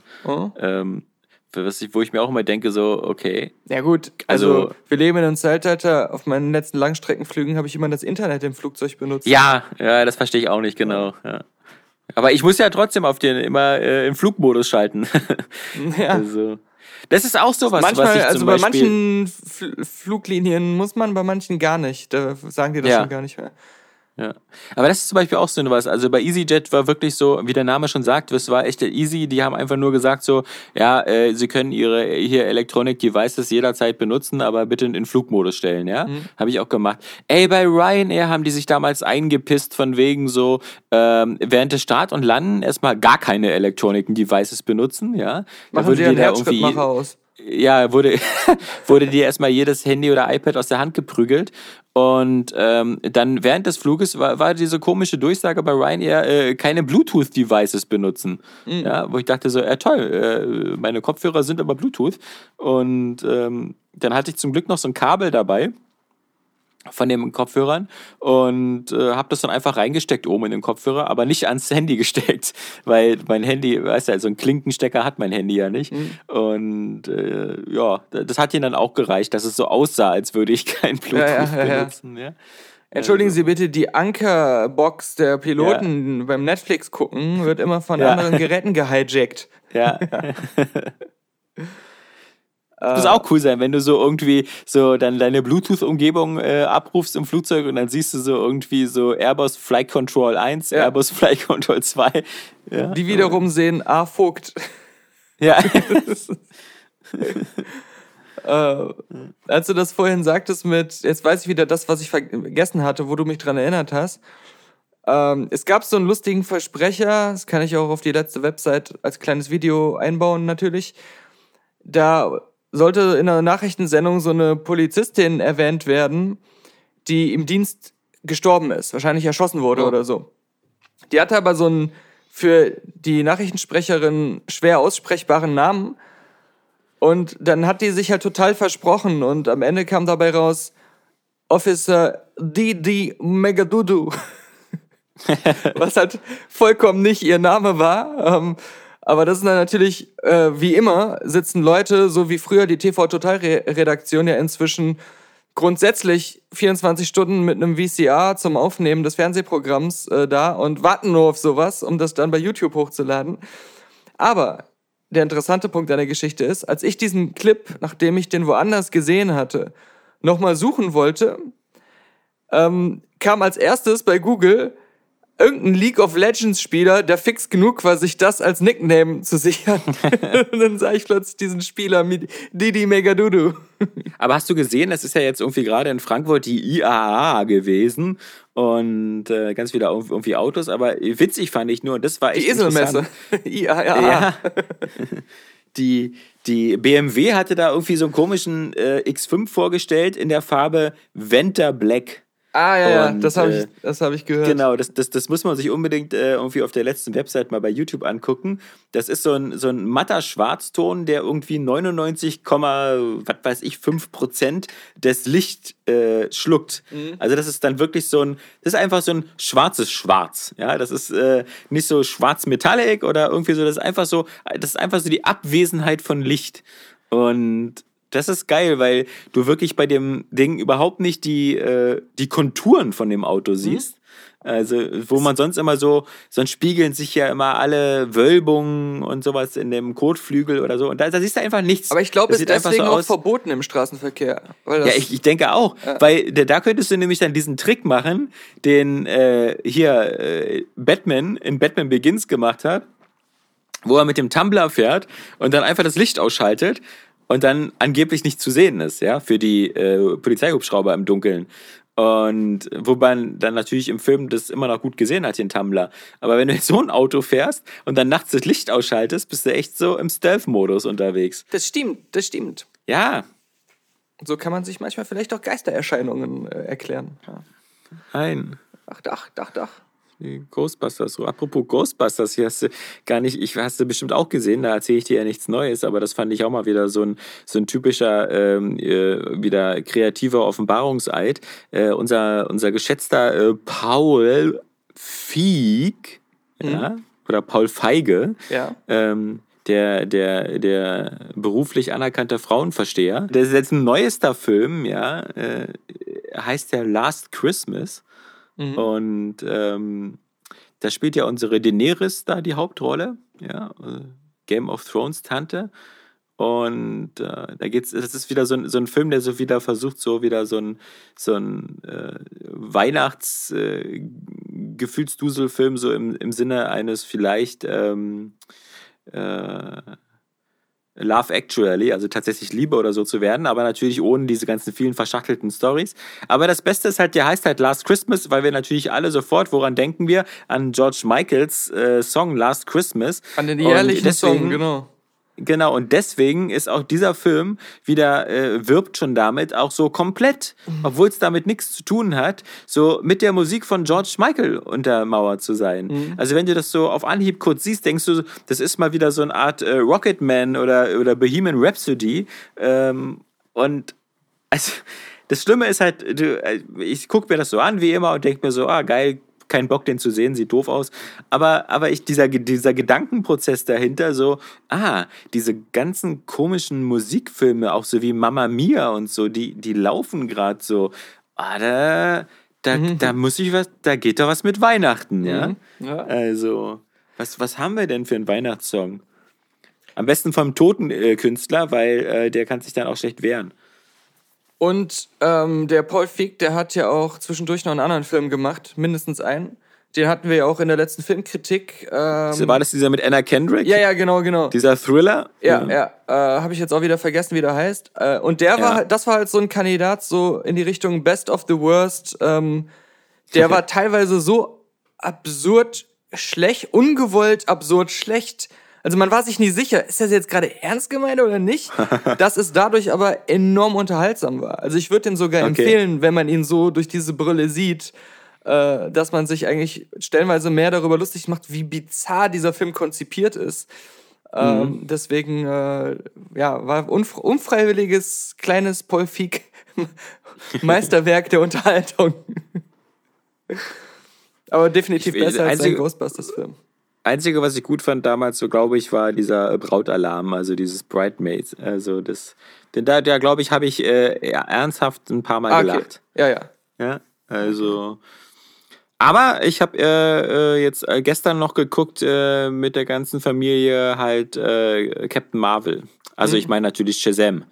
Wo ich mir auch immer denke, so, okay. Ja gut, also wir leben in einem Zeitalter, auf meinen letzten Langstreckenflügen habe ich immer das Internet im Flugzeug benutzt. Ja, das verstehe ich auch nicht, genau. Ja. Aber ich muss ja trotzdem auf den immer im Flugmodus schalten. Ja. Also, das ist auch sowas, manchmal, was ich also zum bei Beispiel... manchen Fluglinien muss man, bei manchen gar nicht. Da sagen die das schon gar nicht mehr. Ja, aber das ist zum Beispiel auch so was. Also bei EasyJet war wirklich so, wie der Name schon sagt, es war echt easy. Die haben einfach nur gesagt so, ja, sie können ihre hier Electronic Devices jederzeit benutzen, aber bitte in Flugmodus stellen, ja. Habe ich auch gemacht. Bei Ryanair haben die sich damals eingepisst von wegen so, während des Start und Landen erstmal gar keine Electronic Devices benutzen, ja. Machen sie einen Herzschrittmacher aus. Ja, wurde dir erstmal jedes Handy oder iPad aus der Hand geprügelt. Und dann während des Fluges war diese komische Durchsage bei Ryanair, keine Bluetooth-Devices benutzen. Ja, wo ich dachte so, toll, meine Kopfhörer sind aber Bluetooth. Und dann hatte ich zum Glück noch so ein Kabel dabei von den Kopfhörern und habe das dann einfach reingesteckt oben in den Kopfhörer, aber nicht ans Handy gesteckt, weil mein Handy, weißt du, so einen Klinkenstecker hat mein Handy ja nicht. Und das hat ihnen dann auch gereicht, dass es so aussah, als würde ich kein Bluetooth benutzen. Ja. Entschuldigen Sie bitte, die Ankerbox der Piloten beim Netflix gucken wird immer von anderen Geräten gehijackt. Ja. Das muss auch cool sein, wenn du so irgendwie so dann deine Bluetooth-Umgebung abrufst im Flugzeug und dann siehst du so irgendwie so Airbus Flight Control 1, Airbus Flight Control 2. Ja. Die wiederum sehen Vogt. Ja. Als du das vorhin sagtest jetzt weiß ich wieder das, was ich vergessen hatte, wo du mich dran erinnert hast. Es gab so einen lustigen Versprecher, das kann ich auch auf die letzte Website als kleines Video einbauen natürlich. Da sollte in einer Nachrichtensendung so eine Polizistin erwähnt werden, die im Dienst gestorben ist, wahrscheinlich erschossen wurde oder so. Die hatte aber so einen für die Nachrichtensprecherin schwer aussprechbaren Namen und dann hat die sich halt total versprochen und am Ende kam dabei raus Officer Didi Megadudu, was halt vollkommen nicht ihr Name war. Aber das ist dann natürlich, wie immer, sitzen Leute, so wie früher die TV-Total-Redaktion ja inzwischen grundsätzlich 24 Stunden mit einem VCR zum Aufnehmen des Fernsehprogramms da und warten nur auf sowas, um das dann bei YouTube hochzuladen. Aber der interessante Punkt an der Geschichte ist, als ich diesen Clip, nachdem ich den woanders gesehen hatte, nochmal suchen wollte, kam als erstes bei Google irgendein League of Legends Spieler, der fix genug war, sich das als Nickname zu sichern. Und dann sah ich plötzlich diesen Spieler mit Didi Megadudu. Aber hast du gesehen, das ist ja jetzt irgendwie gerade in Frankfurt die IAA gewesen und ganz viele irgendwie Autos, aber witzig fand ich nur, das war echt die Eselmesse. IAA. Ja. Die BMW hatte da irgendwie so einen komischen X5 vorgestellt in der Farbe Venta Black. Und, das habe ich gehört. Genau, das muss man sich unbedingt irgendwie auf der letzten Website mal bei YouTube angucken. Das ist so ein matter Schwarzton, der irgendwie 99,5% des Licht schluckt. Also das ist dann wirklich das ist einfach so ein schwarzes Schwarz. Ja, das ist nicht so schwarz-metallic oder irgendwie so, das ist einfach so die Abwesenheit von Licht. Und das ist geil, weil du wirklich bei dem Ding überhaupt nicht die Konturen von dem Auto siehst. Also, wo man sonst immer sonst spiegeln sich ja immer alle Wölbungen und sowas in dem Kotflügel oder so. Und da siehst du einfach nichts. Aber ich glaube, es ist deswegen auch verboten im Straßenverkehr. Ja, ich denke auch. Ja. Weil da könntest du nämlich dann diesen Trick machen, den Batman in Batman Begins gemacht hat, wo er mit dem Tumbler fährt und dann einfach das Licht ausschaltet. Und dann angeblich nicht zu sehen ist, ja, für die Polizeihubschrauber im Dunkeln. Und wo man dann natürlich im Film das immer noch gut gesehen hat, den Tumbler. Aber wenn du jetzt so ein Auto fährst und dann nachts das Licht ausschaltest, bist du echt so im Stealth-Modus unterwegs. Das stimmt. Ja. So kann man sich manchmal vielleicht auch Geistererscheinungen erklären. Ja. Nein. Ach. Die Ghostbusters. So, apropos Ghostbusters, hier hast du gar nicht, hast du bestimmt auch gesehen, da erzähle ich dir ja nichts Neues, aber das fand ich auch mal wieder so ein typischer, wieder kreativer Offenbarungseid. Unser geschätzter Paul Feig, ja, oder Paul Feige, ja. Der beruflich anerkannte Frauenversteher. Das ist jetzt ein neuester Film, ja, heißt der Last Christmas. Und da spielt ja unsere Daenerys da die Hauptrolle, ja, Game of Thrones Tante. Und das ist wieder so ein Film, der so wieder versucht, so wieder so ein Weihnachts-Gefühlsduselfilm so im Sinne eines vielleicht Love Actually, also tatsächlich Liebe oder so zu werden, aber natürlich ohne diese ganzen vielen verschachtelten Storys. Aber das Beste ist halt, der heißt halt Last Christmas, weil wir natürlich alle sofort, woran denken wir? An George Michaels Song Last Christmas. An den jährlichen Song, genau. Genau, und deswegen ist auch dieser Film wieder, wirbt schon damit, auch so komplett, obwohl es damit nichts zu tun hat, so mit der Musik von George Michael untermauert zu sein. Also wenn du das so auf Anhieb kurz siehst, denkst du, das ist mal wieder so eine Art Rocketman oder Bohemian Rhapsody. Und also, das Schlimme ist halt, ich gucke mir das so an wie immer und denke mir so, geil, kein Bock, den zu sehen, sieht doof aus. Aber dieser Gedankenprozess dahinter, so, diese ganzen komischen Musikfilme, auch so wie Mamma Mia und so, die laufen gerade so, da muss ich was, da geht doch was mit Weihnachten, ja? Ja. Also, was haben wir denn für einen Weihnachtssong? Am besten vom toten Künstler, weil der kann sich dann auch schlecht wehren. Und der Paul Feig, der hat ja auch zwischendurch noch einen anderen Film gemacht, mindestens einen. Den hatten wir ja auch in der letzten Filmkritik. War das dieser mit Anna Kendrick? Ja, genau. Dieser Thriller? Ja. Habe ich jetzt auch wieder vergessen, wie der heißt. Und das war halt so ein Kandidat so in die Richtung Best of the Worst. Der war teilweise so absurd schlecht, ungewollt absurd schlecht. Also man war sich nie sicher, ist das jetzt gerade ernst gemeint oder nicht? Dass es dadurch aber enorm unterhaltsam war. Also ich würde den sogar empfehlen, wenn man ihn so durch diese Brille sieht, dass man sich eigentlich stellenweise mehr darüber lustig macht, wie bizarr dieser Film konzipiert ist. Deswegen, war unfreiwilliges kleines Paul Feig Meisterwerk der Unterhaltung. Aber definitiv besser als ein Ghostbusters-Film. Einzige, was ich gut fand damals, so glaube ich, war dieser Brautalarm, also dieses Bridesmaids. Also der glaube ich, habe ich ernsthaft ein paar Mal gelacht. Ja. Ja, also. Aber ich habe jetzt gestern noch geguckt mit der ganzen Familie halt Captain Marvel. Also ich meine natürlich Shazam.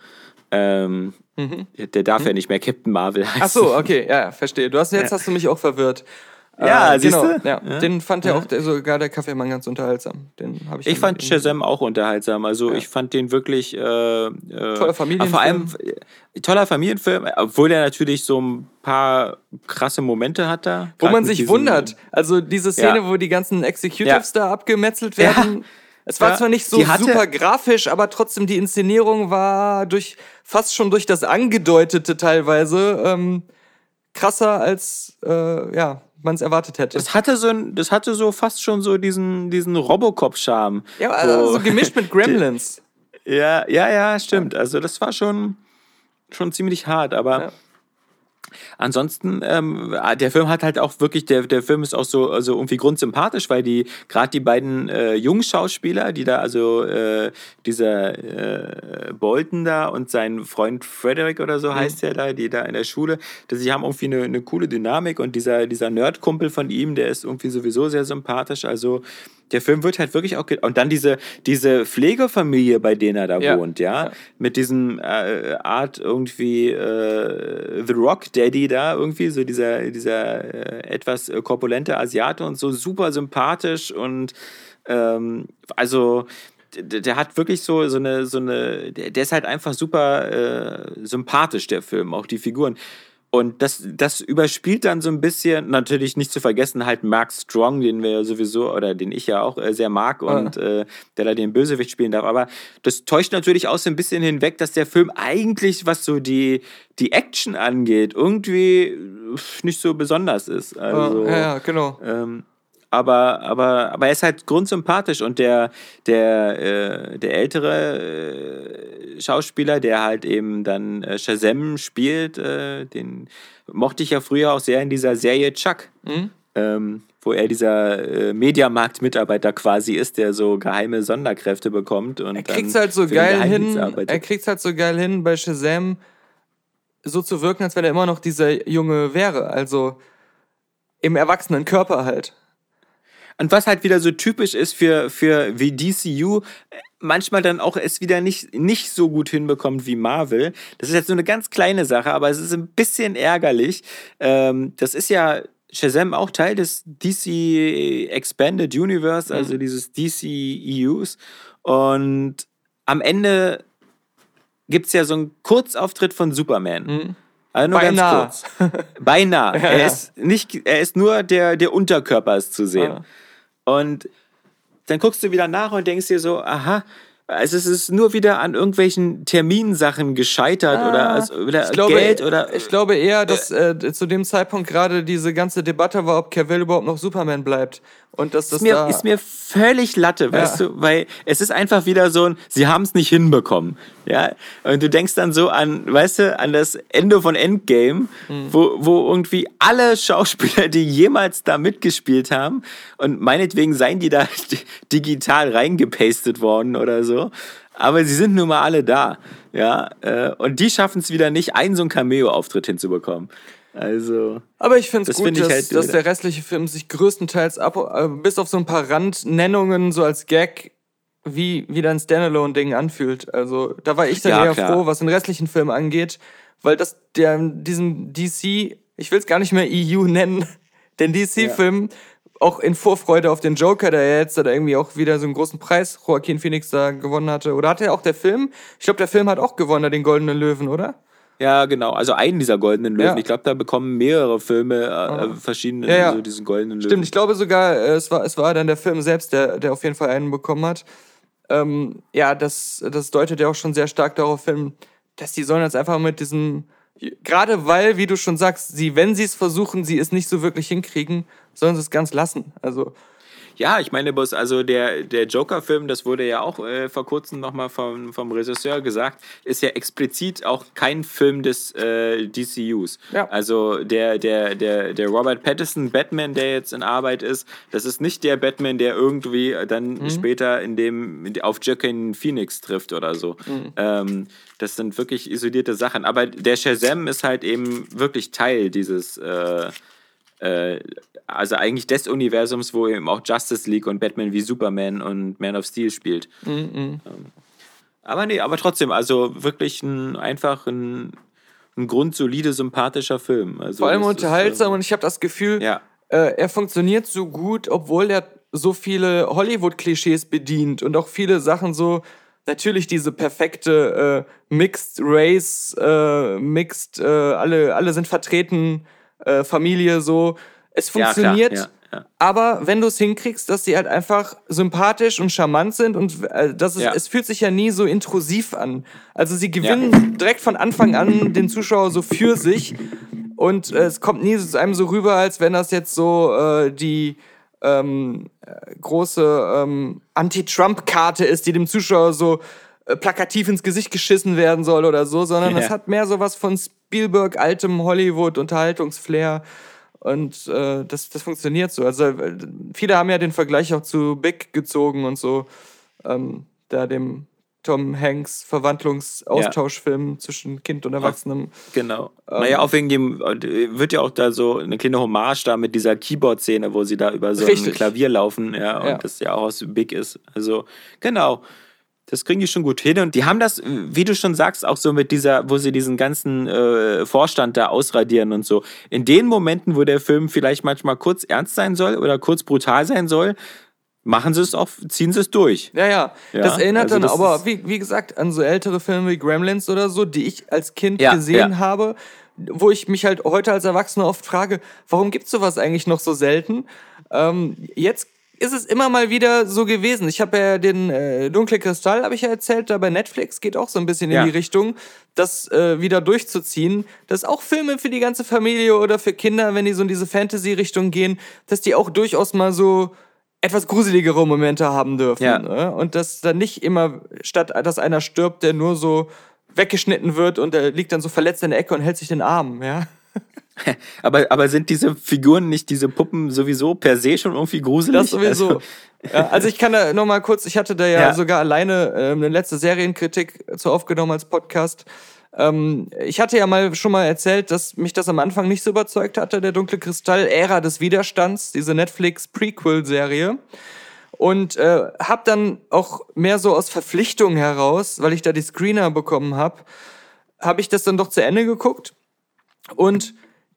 Der darf ja nicht mehr Captain Marvel heißen. Ach so, okay, ja, verstehe. Hast du mich auch verwirrt. Ja, siehst du? Ja. Den fand ja auch sogar der Kaffeemann ganz unterhaltsam. Ich fand Shazam auch unterhaltsam. Also ich fand den wirklich toller Familienfilm. Vor allem toller Familienfilm, obwohl der natürlich so ein paar krasse Momente hat da. Wo man sich wundert. Also diese Szene, wo die ganzen Executives da abgemetzelt werden. Ja. Es war zwar nicht so super grafisch, aber trotzdem die Inszenierung war fast schon durch das Angedeutete teilweise krasser als man es erwartet hätte. Das hatte so fast schon so diesen Robocop-Charme. Ja, also so gemischt mit Gremlins. Ja, stimmt. Also das war schon ziemlich hart, aber ansonsten, der Film hat halt auch wirklich, der Film ist auch so also irgendwie grundsympathisch, weil gerade die beiden jungen Schauspieler, die da, also dieser Bolton da und sein Freund Frederick oder so heißt der da, die da in der Schule, die haben irgendwie eine coole Dynamik und dieser Nerdkumpel von ihm, der ist irgendwie sowieso sehr sympathisch, also der Film wird halt wirklich auch... Und dann diese Pflegefamilie, bei denen er da wohnt, ja? Mit diesem Art irgendwie The Rock Daddy da irgendwie, so dieser etwas korpulente Asiate und so super sympathisch und also... Der hat wirklich so eine der ist halt einfach super sympathisch, der Film, auch die Figuren. Und das überspielt dann so ein bisschen, natürlich nicht zu vergessen, halt Mark Strong, den wir ja sowieso, oder den ich ja auch sehr mag und der da den Bösewicht spielen darf. Aber das täuscht natürlich auch so ein bisschen hinweg, dass der Film eigentlich, was so die Action angeht, irgendwie nicht so besonders ist. Also, ja, genau. aber er ist halt grundsympathisch und der ältere Schauspieler, der halt eben dann Shazam spielt, den mochte ich ja früher auch sehr in dieser Serie Chuck, wo er dieser Mediamarkt-Mitarbeiter quasi ist, der so geheime Sonderkräfte bekommt. Und er kriegt's halt so geil hin, bei Shazam so zu wirken, als wenn er immer noch dieser Junge wäre, also im erwachsenen Körper halt. Und was halt wieder so typisch ist für wie DCU, manchmal dann auch es wieder nicht so gut hinbekommt wie Marvel. Das ist jetzt so eine ganz kleine Sache, aber es ist ein bisschen ärgerlich. Das ist ja Shazam auch Teil des DC Expanded Universe, also dieses DCEUs. Und am Ende gibt es ja so einen Kurzauftritt von Superman. Also nur Beinahe. ganz kurz. Beinahe. Ja. Er ist nur der Unterkörper ist zu sehen. Ja. Und dann guckst du wieder nach und denkst dir so, aha, also es ist nur wieder an irgendwelchen Terminsachen gescheitert Geld oder... Ich glaube eher, dass zu dem Zeitpunkt gerade diese ganze Debatte war, ob Cavill überhaupt noch Superman bleibt. Und dass das ist mir völlig Latte, weißt du, weil es ist einfach wieder so ein, sie haben es nicht hinbekommen, ja, und du denkst dann so an, weißt du, an das Ende von Endgame, wo irgendwie alle Schauspieler, die jemals da mitgespielt haben, und meinetwegen seien die da digital reingepastet worden oder so, aber sie sind nun mal alle da, ja, und die schaffen es wieder nicht, einen so einen Cameo-Auftritt hinzubekommen. Also, aber ich finde es gut, halt dass der restliche Film sich größtenteils bis auf so ein paar Randnennungen so als Gag wie wieder ein Standalone-Ding anfühlt. Also da war ich dann eher froh, was den restlichen Film angeht, weil diesem DC, ich will es gar nicht mehr EU nennen, den DC-Film auch in Vorfreude auf den Joker, der jetzt da irgendwie auch wieder so einen großen Preis Joaquin Phoenix da gewonnen hatte. Oder hatte er auch der Film? Ich glaube, der Film hat auch gewonnen, den Goldenen Löwen, oder? Ja, genau. Also einen dieser Goldenen Löwen. Ja. Ich glaube, da bekommen mehrere Filme verschiedene so diesen Goldenen Löwen. Stimmt, ich glaube sogar, es war dann der Film selbst, der auf jeden Fall einen bekommen hat. Das deutet ja auch schon sehr stark darauf hin, dass die sollen jetzt einfach mit diesem, gerade weil, wie du schon sagst, wenn sie es versuchen, sie es nicht so wirklich hinkriegen, sollen sie es ganz lassen. Also ja, ich meine, also der Joker-Film, das wurde ja auch vor kurzem nochmal vom Regisseur gesagt, ist ja explizit auch kein Film des DCUs. Ja. Also der Robert Pattinson Batman, der jetzt in Arbeit ist, das ist nicht der Batman, der irgendwie dann später auf Joaquin Phoenix trifft oder so. Das sind wirklich isolierte Sachen. Aber der Shazam ist halt eben wirklich Teil dieses also eigentlich des Universums, wo eben auch Justice League und Batman wie Superman und Man of Steel spielt. Aber trotzdem, also wirklich ein grundsolide, sympathischer Film. Also vor allem unterhaltsam und ich habe das Gefühl, er funktioniert so gut, obwohl er so viele Hollywood-Klischees bedient und auch viele Sachen so, natürlich diese perfekte Mixed Race, alle sind vertreten, Familie so. Es funktioniert, aber wenn du es hinkriegst, dass sie halt einfach sympathisch und charmant sind und es fühlt sich ja nie so intrusiv an. Also sie gewinnen direkt von Anfang an den Zuschauer so für sich und es kommt nie einem so rüber, als wenn das jetzt so die große Anti-Trump-Karte ist, die dem Zuschauer so plakativ ins Gesicht geschissen werden soll oder so, sondern es hat mehr sowas von Spielberg, altem Hollywood-Unterhaltungsflair und das funktioniert so. Also viele haben ja den Vergleich auch zu Big gezogen und so, da dem Tom Hanks Verwandlungsaustauschfilm zwischen Kind und Erwachsenem. Genau. Naja, auch wegen dem, wird ja auch da so eine kleine Hommage da mit dieser Keyboard-Szene, wo sie da über so ein Klavier laufen, und das ja auch aus Big ist. Also, genau. Das kriegen die schon gut hin. Und die haben das, wie du schon sagst, auch so mit wo sie diesen ganzen Vorstand da ausradieren und so. In den Momenten, wo der Film vielleicht manchmal kurz ernst sein soll oder kurz brutal sein soll, machen sie es auch, ziehen sie es durch. Ja. Das erinnert dann aber, wie gesagt, an so ältere Filme wie Gremlins oder so, die ich als Kind gesehen habe, wo ich mich halt heute als Erwachsener oft frage, warum gibt's sowas eigentlich noch so selten? Jetzt ist es immer mal wieder so gewesen. Ich habe ja den Dunkle Kristall, habe ich ja erzählt, da bei Netflix geht auch so ein bisschen in die Richtung, das wieder durchzuziehen. Dass auch Filme für die ganze Familie oder für Kinder, wenn die so in diese Fantasy-Richtung gehen, dass die auch durchaus mal so etwas gruseligere Momente haben dürfen. Ja. Ne? Und dass dann nicht immer, statt dass einer stirbt, der nur so weggeschnitten wird und der liegt dann so verletzt in der Ecke und hält sich den Arm, ja. Aber sind diese Figuren nicht, diese Puppen sowieso per se schon irgendwie gruselig? Das sowieso. Also ich kann da noch mal kurz, ich hatte da ja sogar alleine eine letzte Serienkritik zu aufgenommen als Podcast. Ich hatte ja schon mal erzählt, dass mich das am Anfang nicht so überzeugt hatte, der Dunkle Kristall, Ära des Widerstands, diese Netflix-Prequel-Serie. Und hab dann auch mehr so aus Verpflichtung heraus, weil ich da die Screener bekommen habe ich das dann doch zu Ende geguckt. Und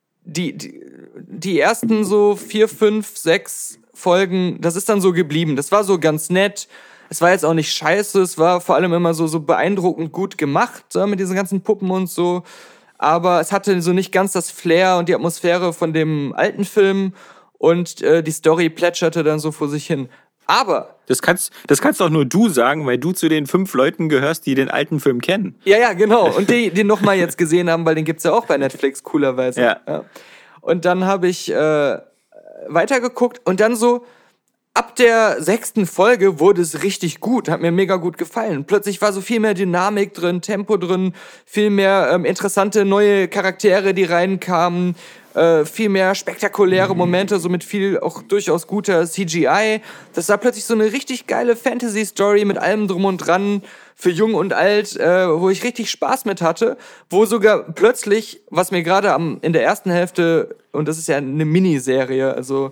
die ersten so 4, 5, 6 Folgen, das ist dann so geblieben. Das war so ganz nett. Es war jetzt auch nicht scheiße. Es war vor allem immer so beeindruckend gut gemacht, mit diesen ganzen Puppen und so. Aber es hatte so nicht ganz das Flair und die Atmosphäre von dem alten Film. Und die Story plätscherte dann so vor sich hin. Aber das kannst doch nur du sagen, weil du zu den 5 Leuten gehörst, die den alten Film kennen. Ja, genau. Und die den nochmal jetzt gesehen haben, weil den gibt's ja auch bei Netflix, coolerweise. Ja. Und dann habe ich weitergeguckt und dann so ab der 6. Folge wurde es richtig gut, hat mir mega gut gefallen. Plötzlich war so viel mehr Dynamik drin, Tempo drin, viel mehr interessante neue Charaktere, die reinkamen. Viel mehr spektakuläre Momente, so mit viel auch durchaus guter CGI. Das war plötzlich so eine richtig geile Fantasy-Story mit allem drum und dran für jung und alt, wo ich richtig Spaß mit hatte, wo sogar plötzlich, was mir gerade in der ersten Hälfte, und das ist ja eine Miniserie, also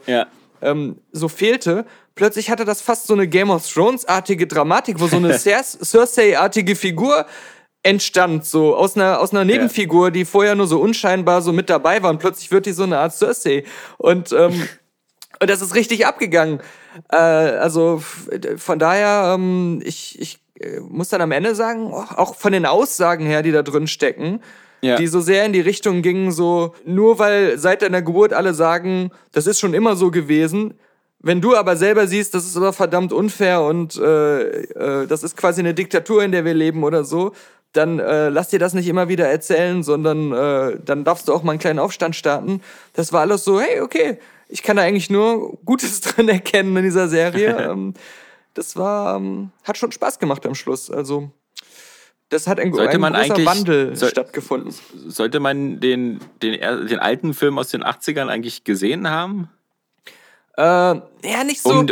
so fehlte, plötzlich hatte das fast so eine Game of Thrones-artige Dramatik, wo so eine Cersei-artige Figur entstand, so aus einer Nebenfigur, die vorher nur so unscheinbar so mit dabei war und plötzlich wird die so eine Art Cersei und das ist richtig abgegangen. Also von daher, ich muss dann am Ende sagen, auch von den Aussagen her, die da drin stecken, die so sehr in die Richtung gingen, so nur weil seit deiner Geburt alle sagen, das ist schon immer so gewesen. Wenn du aber selber siehst, das ist aber verdammt unfair und das ist quasi eine Diktatur, in der wir leben oder so, dann lass dir das nicht immer wieder erzählen, sondern dann darfst du auch mal einen kleinen Aufstand starten. Das war alles so, hey, okay, ich kann da eigentlich nur Gutes drin erkennen in dieser Serie. Das hat schon Spaß gemacht am Schluss. Also das hat ein großer Wandel stattgefunden. Sollte man den alten Film aus den 80ern eigentlich gesehen haben? Ja, nicht so.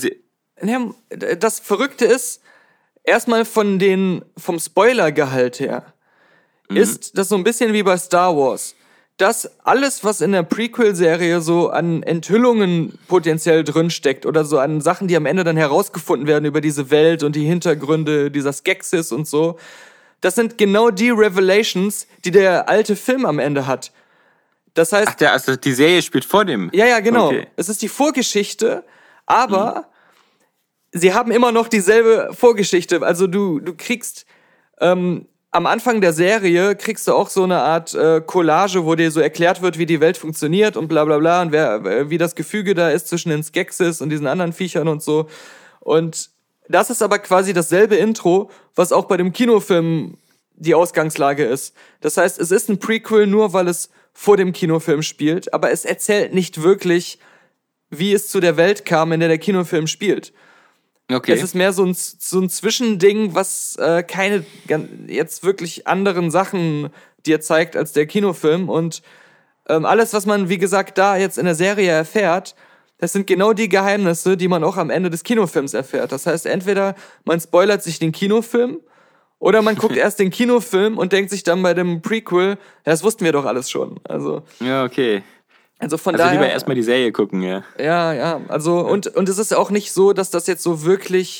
Das Verrückte ist, erstmal vom Spoilergehalt her, ist das so ein bisschen wie bei Star Wars. Dass alles, was in der Prequel-Serie so an Enthüllungen potenziell drinsteckt oder so an Sachen, die am Ende dann herausgefunden werden über diese Welt und die Hintergründe dieser Skeksis und so, das sind genau die Revelations, die der alte Film am Ende hat. Das heißt, also die Serie spielt vor dem. Ja, genau. Okay. Es ist die Vorgeschichte, aber sie haben immer noch dieselbe Vorgeschichte. Also du kriegst am Anfang der Serie kriegst du auch so eine Art Collage, wo dir so erklärt wird, wie die Welt funktioniert und bla bla bla und wie das Gefüge da ist zwischen den Skeksis und diesen anderen Viechern und so. Und das ist aber quasi dasselbe Intro, was auch bei dem Kinofilm die Ausgangslage ist. Das heißt, es ist ein Prequel nur, weil es vor dem Kinofilm spielt, aber es erzählt nicht wirklich, wie es zu der Welt kam, in der Kinofilm spielt. Okay. Es ist mehr so ein Zwischending, was keine jetzt wirklich anderen Sachen dir zeigt als der Kinofilm. Und alles, was man, wie gesagt, da jetzt in der Serie erfährt, das sind genau die Geheimnisse, die man auch am Ende des Kinofilms erfährt. Das heißt, entweder man spoilert sich den Kinofilm oder man guckt erst den Kinofilm und denkt sich dann bei dem Prequel, ja, das wussten wir doch alles schon. Also, ja, okay. Also von daher lieber erstmal die Serie gucken, ja. Ja, also und es ist auch nicht so, dass das jetzt so wirklich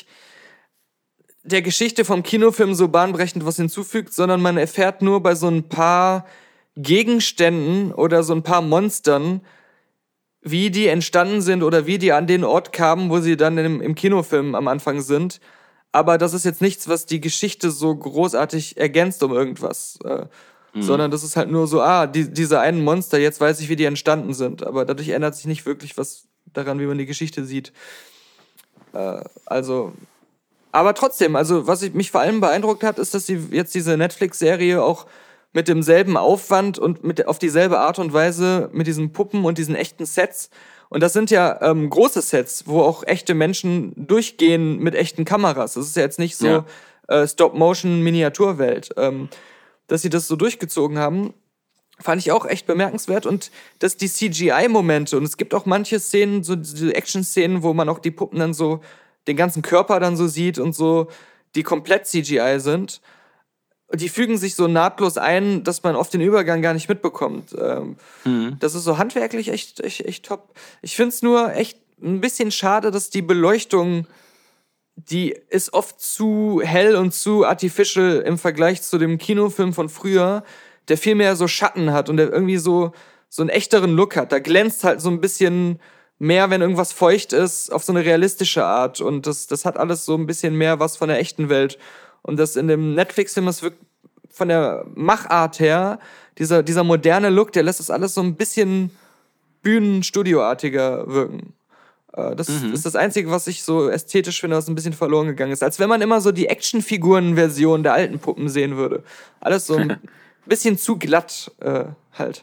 der Geschichte vom Kinofilm so bahnbrechend was hinzufügt, sondern man erfährt nur bei so ein paar Gegenständen oder so ein paar Monstern, wie die entstanden sind oder wie die an den Ort kamen, wo sie dann im Kinofilm am Anfang sind. Aber das ist jetzt nichts, was die Geschichte so großartig ergänzt um irgendwas. sondern das ist halt nur so, diese einen Monster, jetzt weiß ich, wie die entstanden sind. Aber dadurch ändert sich nicht wirklich was daran, wie man die Geschichte sieht. Aber trotzdem, also was mich vor allem beeindruckt hat, ist, dass sie jetzt diese Netflix-Serie auch mit demselben Aufwand und auf dieselbe Art und Weise mit diesen Puppen und diesen echten Sets. Und das sind ja große Sets, wo auch echte Menschen durchgehen mit echten Kameras. Das ist ja jetzt nicht so Stop-Motion-Miniaturwelt. Dass sie das so durchgezogen haben, fand ich auch echt bemerkenswert. Und dass die CGI-Momente, und es gibt auch manche Szenen, so diese Action-Szenen, wo man auch die Puppen dann so, den ganzen Körper dann so sieht und so, die komplett CGI sind, die fügen sich so nahtlos ein, dass man oft den Übergang gar nicht mitbekommt. Das ist so handwerklich echt top. Ich finde es nur echt ein bisschen schade, dass die Beleuchtung, die ist oft zu hell und zu artificial im Vergleich zu dem Kinofilm von früher, der viel mehr so Schatten hat und der irgendwie so einen echteren Look hat. Da glänzt halt so ein bisschen mehr, wenn irgendwas feucht ist, auf so eine realistische Art. Und das hat alles so ein bisschen mehr was von der echten Welt. Und das in dem Netflix-Film, das wirkt von der Machart her, dieser moderne Look, der lässt das alles so ein bisschen bühnenstudioartiger wirken. Das ist das Einzige, was ich so ästhetisch finde, was ein bisschen verloren gegangen ist. Als wenn man immer so die Actionfiguren-Version der alten Puppen sehen würde. Alles so ein bisschen zu glatt halt.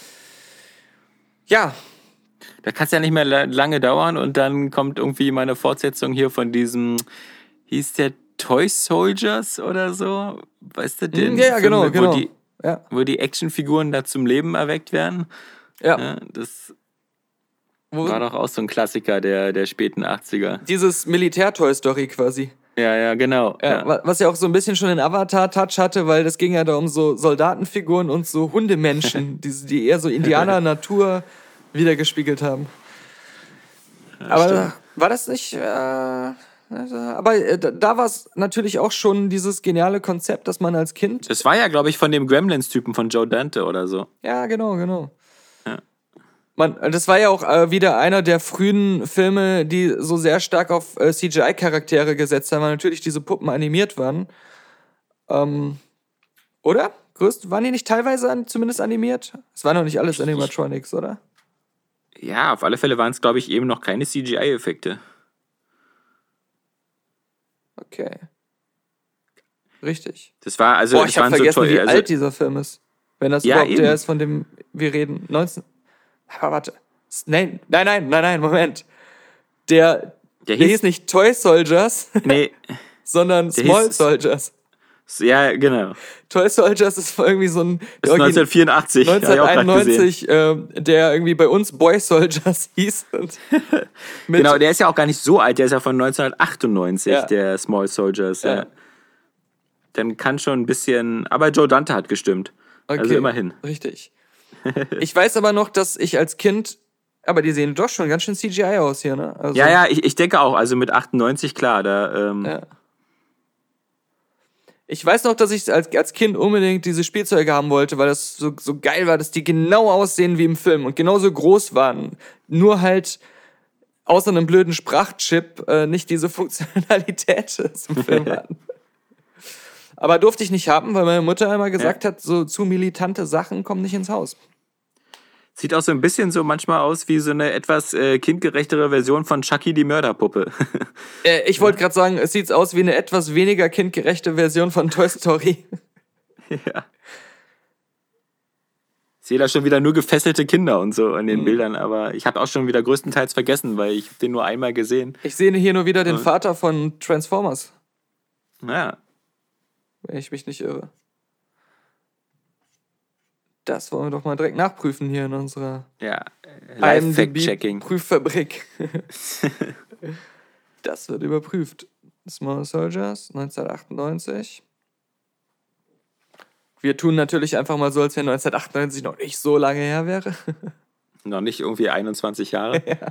Ja. Da kann es ja nicht mehr lange dauern und dann kommt irgendwie mal eine Fortsetzung hier von diesem, hieß der Toy Soldiers oder so? Weißt du, den ja, Film, genau. Wo die Actionfiguren da zum Leben erweckt werden? Ja. Das war doch auch so ein Klassiker der späten 80er. Dieses Militär-Toy-Story quasi. Ja, genau. Ja. Was ja auch so ein bisschen schon den Avatar-Touch hatte, weil das ging ja da um so Soldatenfiguren und so Hundemenschen, die eher so Indianer-Natur wiedergespiegelt haben. Ja, aber stimmt. War das nicht... aber da war es natürlich auch schon dieses geniale Konzept, dass man als Kind... Das war ja, glaube ich, von dem Gremlins-Typen von Joe Dante oder so. Ja, genau. Ja. Das war ja auch wieder einer der frühen Filme, die so sehr stark auf CGI-Charaktere gesetzt haben, weil natürlich diese Puppen animiert waren. Oder? Waren die nicht teilweise zumindest animiert? Es war noch nicht alles Animatronics, oder? Ja, auf alle Fälle waren es, glaube ich, eben noch keine CGI-Effekte. Okay. Richtig. Das war also. Ich habe vergessen, wie alt dieser Film ist. Wenn das überhaupt eben der ist, von dem wir reden. 19. Aber warte. Nein, Moment. Der hieß nicht Toy Soldiers. Nee. sondern Small Soldiers. Ja, genau. Toy Soldiers ist irgendwie so ein... Das ist 1984. 1991, der irgendwie bei uns Boy Soldiers hieß. Genau, der ist ja auch gar nicht so alt, der ist ja von 1998, der Small Soldiers. Ja. Dann kann schon ein bisschen... Aber Joe Dante hat gestimmt. Okay, also immerhin. Richtig. Ich weiß aber noch, dass ich als Kind... Aber die sehen doch schon ganz schön CGI aus hier, ne? Also, ja, ich denke auch. Also mit 98, klar, da... Ja. Ich weiß noch, dass ich als Kind unbedingt diese Spielzeuge haben wollte, weil das so geil war, dass die genau aussehen wie im Film und genauso groß waren. Nur halt außer einem blöden Sprachchip nicht diese Funktionalität im Film hatten. Aber durfte ich nicht haben, weil meine Mutter einmal gesagt hat, so zu militante Sachen kommen nicht ins Haus. Sieht auch so ein bisschen so manchmal aus wie so eine etwas kindgerechtere Version von Chucky die Mörderpuppe. Ich wollte gerade sagen, es sieht aus wie eine etwas weniger kindgerechte Version von Toy Story. Ja. Ich sehe da schon wieder nur gefesselte Kinder und so an den Bildern, aber ich habe auch schon wieder größtenteils vergessen, weil ich den nur einmal gesehen. Ich sehe hier nur wieder den Vater von Transformers. Ja. Wenn ich mich nicht irre. Das wollen wir doch mal direkt nachprüfen hier in unserer Live-Fact-Checking-Prüffabrik. Das wird überprüft. Small Soldiers, 1998. Wir tun natürlich einfach mal so, als wenn 1998 noch nicht so lange her wäre. Noch nicht irgendwie 21 Jahre. Ja.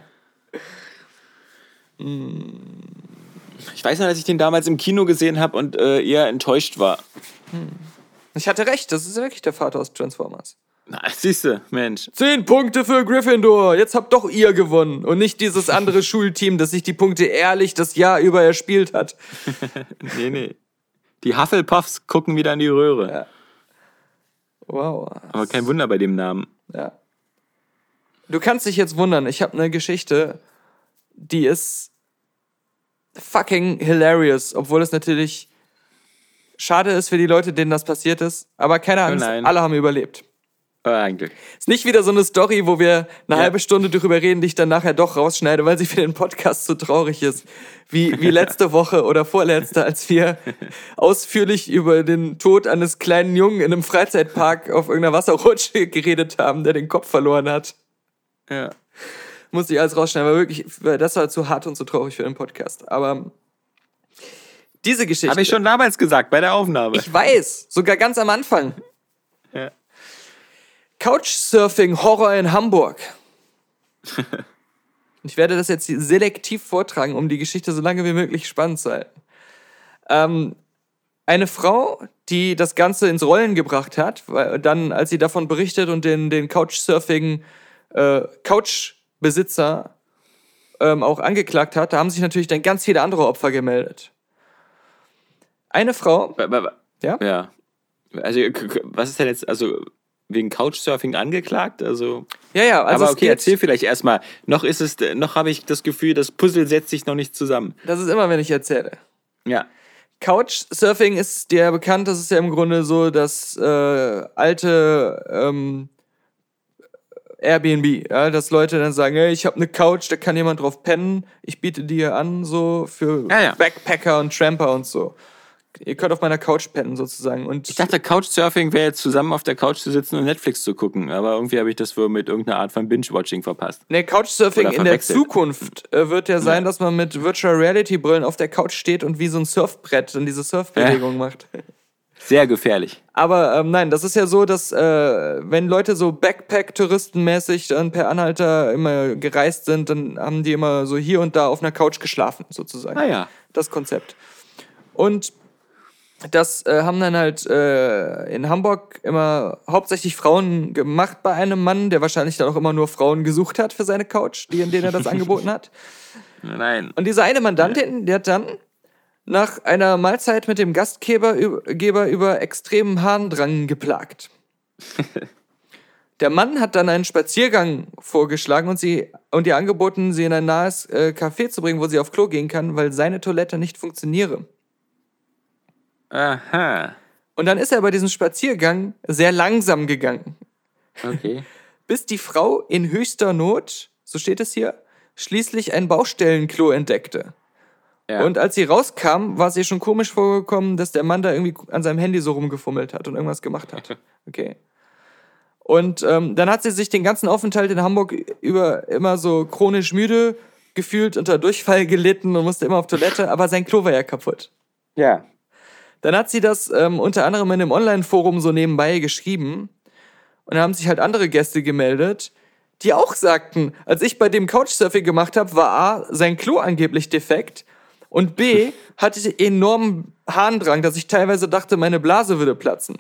Ich weiß noch, dass ich den damals im Kino gesehen habe und eher enttäuscht war. Ich hatte recht, das ist wirklich der Vater aus Transformers. Na, siehste, Mensch. 10 Punkte für Gryffindor. Jetzt habt doch ihr gewonnen. Und nicht dieses andere Schulteam, das sich die Punkte ehrlich das Jahr über erspielt hat. Nee. Die Hufflepuffs gucken wieder in die Röhre. Ja. Wow. Aber kein Wunder bei dem Namen. Ja. Du kannst dich jetzt wundern, ich habe eine Geschichte, die ist fucking hilarious, obwohl es natürlich schade ist für die Leute, denen das passiert ist. Aber keine Angst, alle haben überlebt. Eigentlich. Ist nicht wieder so eine Story, wo wir eine halbe Stunde drüber reden, die ich dann nachher doch rausschneide, weil sie für den Podcast so traurig ist. Wie letzte Woche oder vorletzte, als wir ausführlich über den Tod eines kleinen Jungen in einem Freizeitpark auf irgendeiner Wasserrutsche geredet haben, der den Kopf verloren hat. Ja. Musste ich alles rausschneiden, weil das war zu hart und zu traurig für den Podcast. Aber diese Geschichte... Habe ich schon damals gesagt, bei der Aufnahme. Ich weiß, sogar ganz am Anfang. Ja. Couchsurfing-Horror in Hamburg. Ich werde das jetzt selektiv vortragen, um die Geschichte so lange wie möglich spannend zu halten. Eine Frau, die das Ganze ins Rollen gebracht hat, weil dann, als sie davon berichtet und den Couchbesitzer auch angeklagt hat, da haben sich natürlich dann ganz viele andere Opfer gemeldet. Eine Frau... Ja? Ja. Also, was ist denn jetzt... Also wegen Couchsurfing angeklagt? Also, ja, also aber okay, erzähl vielleicht erstmal. Noch habe ich das Gefühl, das Puzzle setzt sich noch nicht zusammen. Das ist immer, wenn ich erzähle. Ja. Couchsurfing ist dir bekannt, das ist ja im Grunde so das alte Airbnb, ja, dass Leute dann sagen, hey, ich habe eine Couch, da kann jemand drauf pennen, ich biete die hier an, so für Backpacker und Tramper und so. Ihr könnt auf meiner Couch pennen, sozusagen. Und ich dachte, Couchsurfing wäre jetzt zusammen auf der Couch zu sitzen und Netflix zu gucken. Aber irgendwie habe ich das wohl mit irgendeiner Art von Binge-Watching verpasst. Ne, Couchsurfing in der Zukunft wird ja sein, dass man mit Virtual Reality Brillen auf der Couch steht und wie so ein Surfbrett dann diese Surfbewegung macht. Sehr gefährlich. Aber nein, das ist ja so, dass wenn Leute so Backpack-Touristenmäßig dann per Anhalter immer gereist sind, dann haben die immer so hier und da auf einer Couch geschlafen, sozusagen. Ah ja. Das Konzept. Und das haben dann halt in Hamburg immer hauptsächlich Frauen gemacht bei einem Mann, der wahrscheinlich dann auch immer nur Frauen gesucht hat für seine Couch, in denen er das angeboten hat. Nein. Und dieser eine Mandantin, der hat dann nach einer Mahlzeit mit dem Gastgeber über extremen Harndrang geplagt. Der Mann hat dann einen Spaziergang vorgeschlagen und ihr angeboten, sie in ein nahes Café zu bringen, wo sie auf Klo gehen kann, weil seine Toilette nicht funktioniere. Aha. Und dann ist er bei diesem Spaziergang sehr langsam gegangen. Okay. Bis die Frau in höchster Not, so steht es hier, schließlich ein Baustellenklo entdeckte. Ja. Und als sie rauskam, war es ihr schon komisch vorgekommen, dass der Mann da irgendwie an seinem Handy so rumgefummelt hat und irgendwas gemacht hat. Okay. Und dann hat sie sich den ganzen Aufenthalt in Hamburg über immer so chronisch müde gefühlt, unter Durchfall gelitten und musste immer auf Toilette, aber sein Klo war ja kaputt. Ja. Dann hat sie das unter anderem in einem Online-Forum so nebenbei geschrieben und da haben sich halt andere Gäste gemeldet, die auch sagten, als ich bei dem Couchsurfing gemacht habe, war A, sein Klo angeblich defekt und B, hatte ich enormen Harndrang, dass ich teilweise dachte, meine Blase würde platzen.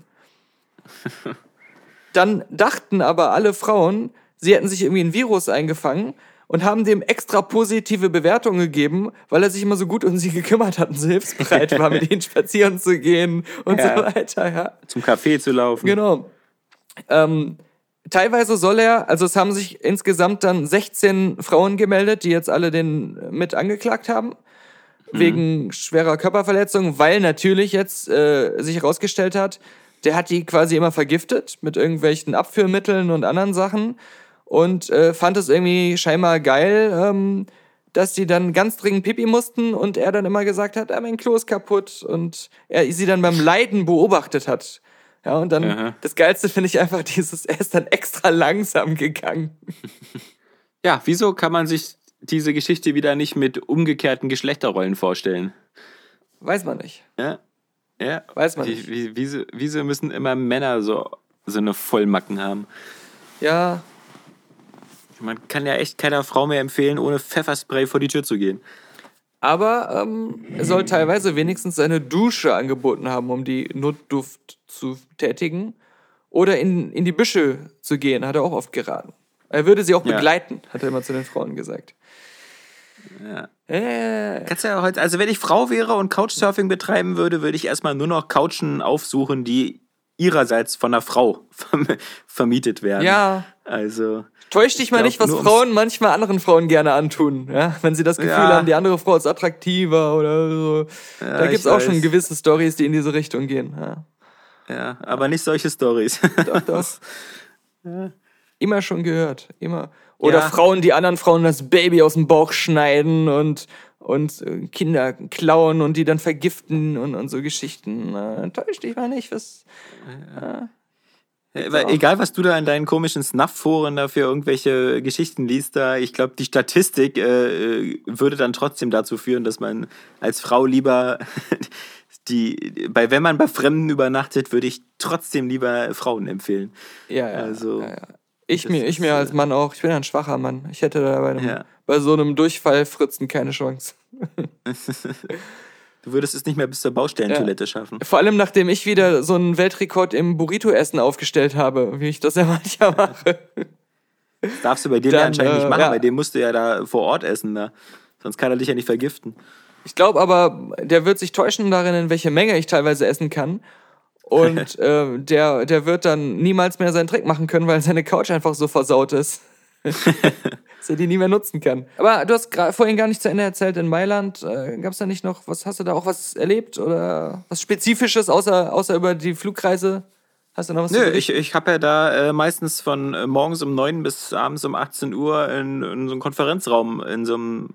Dann dachten aber alle Frauen, sie hätten sich irgendwie ein Virus eingefangen und haben dem extra positive Bewertungen gegeben, weil er sich immer so gut um sie gekümmert hat und so hilfsbereit war, mit ihnen spazieren zu gehen und so weiter. Ja. Zum Café zu laufen. Genau. Teilweise soll er, also es haben sich insgesamt dann 16 Frauen gemeldet, die jetzt alle den mit angeklagt haben, wegen schwerer Körperverletzung, weil natürlich jetzt sich herausgestellt hat, der hat die quasi immer vergiftet mit irgendwelchen Abführmitteln und anderen Sachen und fand es irgendwie scheinbar geil, dass die dann ganz dringend Pipi mussten und er dann immer gesagt hat, mein Klo ist kaputt und er sie dann beim Leiden beobachtet hat. Ja, und dann, das Geilste finde ich einfach er ist dann extra langsam gegangen. Ja, wieso kann man sich diese Geschichte wieder nicht mit umgekehrten Geschlechterrollen vorstellen? Weiß man nicht. Ja. Weiß man nicht. Wieso müssen immer Männer so eine Vollmacken haben? Ja. Man kann ja echt keiner Frau mehr empfehlen, ohne Pfefferspray vor die Tür zu gehen. Aber er soll teilweise wenigstens seine Dusche angeboten haben, um die Notduft zu tätigen. Oder in die Büsche zu gehen, hat er auch oft geraten. Er würde sie auch begleiten, hat er immer zu den Frauen gesagt. Ja. Kannst ja heute, also wenn ich Frau wäre und Couchsurfing betreiben würde, würde ich erstmal nur noch Couchen aufsuchen, die ihrerseits von einer Frau vermietet werden. Ja. Also. Täusch dich mal nicht, was Frauen manchmal anderen Frauen gerne antun, ja? Wenn sie das Gefühl haben, die andere Frau ist attraktiver oder so. Ja, da gibt's auch schon gewisse Storys, die in diese Richtung gehen. Ja, aber nicht solche Storys. Doch. Ja. Immer schon gehört, immer. Oder Frauen, die anderen Frauen das Baby aus dem Bauch schneiden und Kinder klauen und die dann vergiften und so Geschichten. Täusch dich mal nicht, was... Egal, was du da in deinen komischen Snuff-Foren da für irgendwelche Geschichten liest, da, ich glaube, die Statistik würde dann trotzdem dazu führen, dass man als Frau lieber wenn man bei Fremden übernachtet, würde ich trotzdem lieber Frauen empfehlen. Ja. Also, ja. Ich mir als Mann auch. Ich bin ja ein schwacher Mann. Ich hätte da bei so einem Durchfallfritzen keine Chance. Du würdest es nicht mehr bis zur Baustellentoilette schaffen. Vor allem, nachdem ich wieder so einen Weltrekord im Burrito-Essen aufgestellt habe, wie ich das ja manchmal mache. Das darfst du bei dir anscheinend nicht machen, bei dem musst du ja da vor Ort essen. Da. Sonst kann er dich ja nicht vergiften. Ich glaube aber, der wird sich täuschen darin, in welche Menge ich teilweise essen kann. Und der wird dann niemals mehr seinen Trick machen können, weil seine Couch einfach so versaut ist. Dass er die nie mehr nutzen kann. Aber du hast vorhin gar nicht zu Ende erzählt, in Mailand gab es da nicht noch, hast du da auch was erlebt oder was Spezifisches, außer über die Flugreise? Hast du noch was zu berichten? Ich habe ja da meistens von morgens um 9 bis abends um 18 Uhr in so einem Konferenzraum, in so einem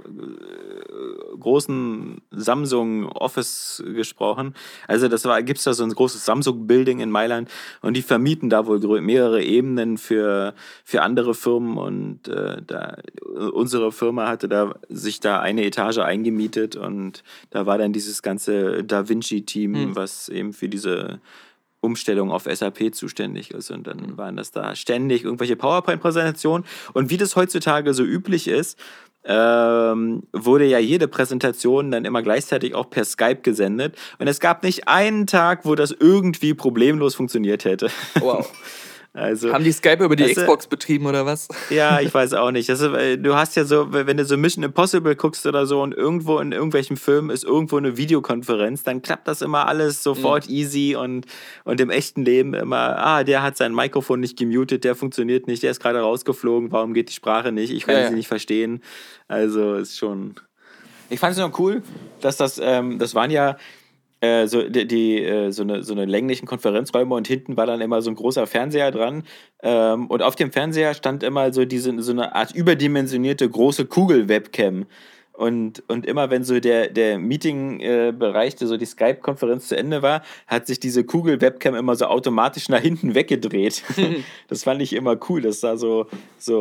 großen Samsung-Office gesprochen. Also gibt's da so ein großes Samsung-Building in Mailand und die vermieten da wohl mehrere Ebenen für andere Firmen und unsere Firma hatte sich da eine Etage eingemietet und da war dann dieses ganze Da Vinci-Team, was eben für diese Umstellung auf SAP zuständig ist und dann waren das da ständig irgendwelche PowerPoint-Präsentationen und wie das heutzutage so üblich ist, wurde ja jede Präsentation dann immer gleichzeitig auch per Skype gesendet und es gab nicht einen Tag, wo das irgendwie problemlos funktioniert hätte. Wow. Also, haben die Skype über die Xbox betrieben oder was? Ja, ich weiß auch nicht. Du hast ja so, wenn du so Mission Impossible guckst oder so und irgendwo in irgendwelchen Filmen ist irgendwo eine Videokonferenz, dann klappt das immer alles sofort easy und im echten Leben immer, der hat sein Mikrofon nicht gemutet, der funktioniert nicht, der ist gerade rausgeflogen, warum geht die Sprache nicht, ich kann sie nicht verstehen. Also ist schon... Ich fand es noch cool, dass das waren ja so eine länglichen Konferenzräume und hinten war dann immer so ein großer Fernseher dran und auf dem Fernseher stand immer so eine Art überdimensionierte große Kugel-Webcam und immer wenn so der Meeting-Bereich, so die Skype-Konferenz zu Ende war, hat sich diese Kugel-Webcam immer so automatisch nach hinten weggedreht. Das fand ich immer cool, das sah so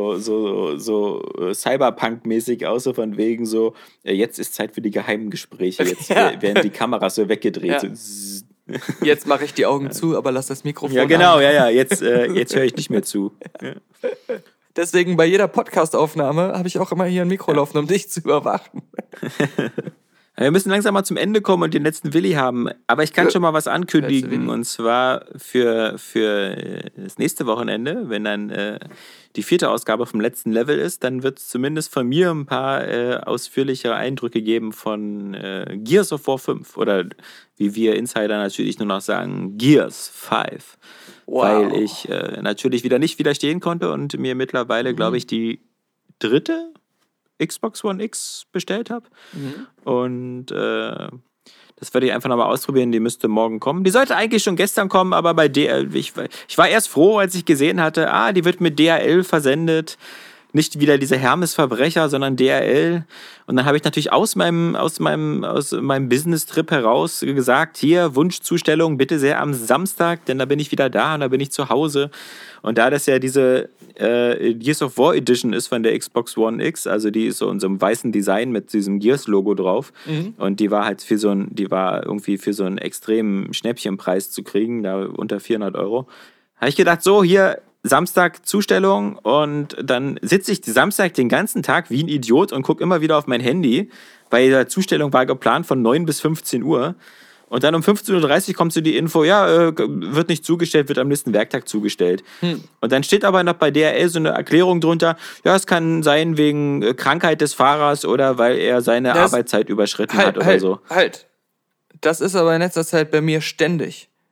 Cyberpunk-mäßig aus, so von wegen so, jetzt ist Zeit für die geheimen Gespräche, jetzt werden die Kameras so weggedreht. Ja. So, jetzt mache ich die Augen zu, aber lass das Mikrofon an. Ja, genau, jetzt höre ich nicht mehr zu. Ja. Deswegen bei jeder Podcast-Aufnahme habe ich auch immer hier ein Mikro laufen, um dich zu überwachen. Wir müssen langsam mal zum Ende kommen und den letzten Willi haben. Aber ich kann schon mal was ankündigen. Und zwar für das nächste Wochenende, wenn dann die 4. Ausgabe vom letzten Level ist, dann wird es zumindest von mir ein paar ausführliche Eindrücke geben von Gears of War 5. Oder wie wir Insider natürlich nur noch sagen, Gears 5. Wow. Weil ich natürlich wieder nicht widerstehen konnte und mir mittlerweile, glaube ich, die 3. Xbox One X bestellt habe. Und das werde ich einfach nochmal ausprobieren. Die müsste morgen kommen. Die sollte eigentlich schon gestern kommen, aber bei DHL, ich war erst froh, als ich gesehen hatte, die wird mit DHL versendet. Nicht wieder diese Hermes-Verbrecher, sondern DHL. Und dann habe ich natürlich aus meinem Business-Trip heraus gesagt, hier, Wunschzustellung, bitte sehr am Samstag, denn da bin ich wieder da und da bin ich zu Hause. Und da das ja diese Gears of War Edition ist von der Xbox One X, also die ist so in so einem weißen Design mit diesem Gears-Logo drauf. Und die war halt irgendwie für so einen extremen Schnäppchenpreis zu kriegen, da unter 400 €. Habe ich gedacht, so, hier, Samstag Zustellung und dann sitze ich Samstag den ganzen Tag wie ein Idiot und gucke immer wieder auf mein Handy, weil die Zustellung war geplant von 9 bis 15 Uhr und dann um 15:30 Uhr kommt so die Info, wird nicht zugestellt, wird am nächsten Werktag zugestellt. Und dann steht aber noch bei DHL so eine Erklärung drunter, es kann sein wegen Krankheit des Fahrers oder weil er seine Arbeitszeit überschritten hat oder so. Das ist aber in letzter Zeit bei mir ständig.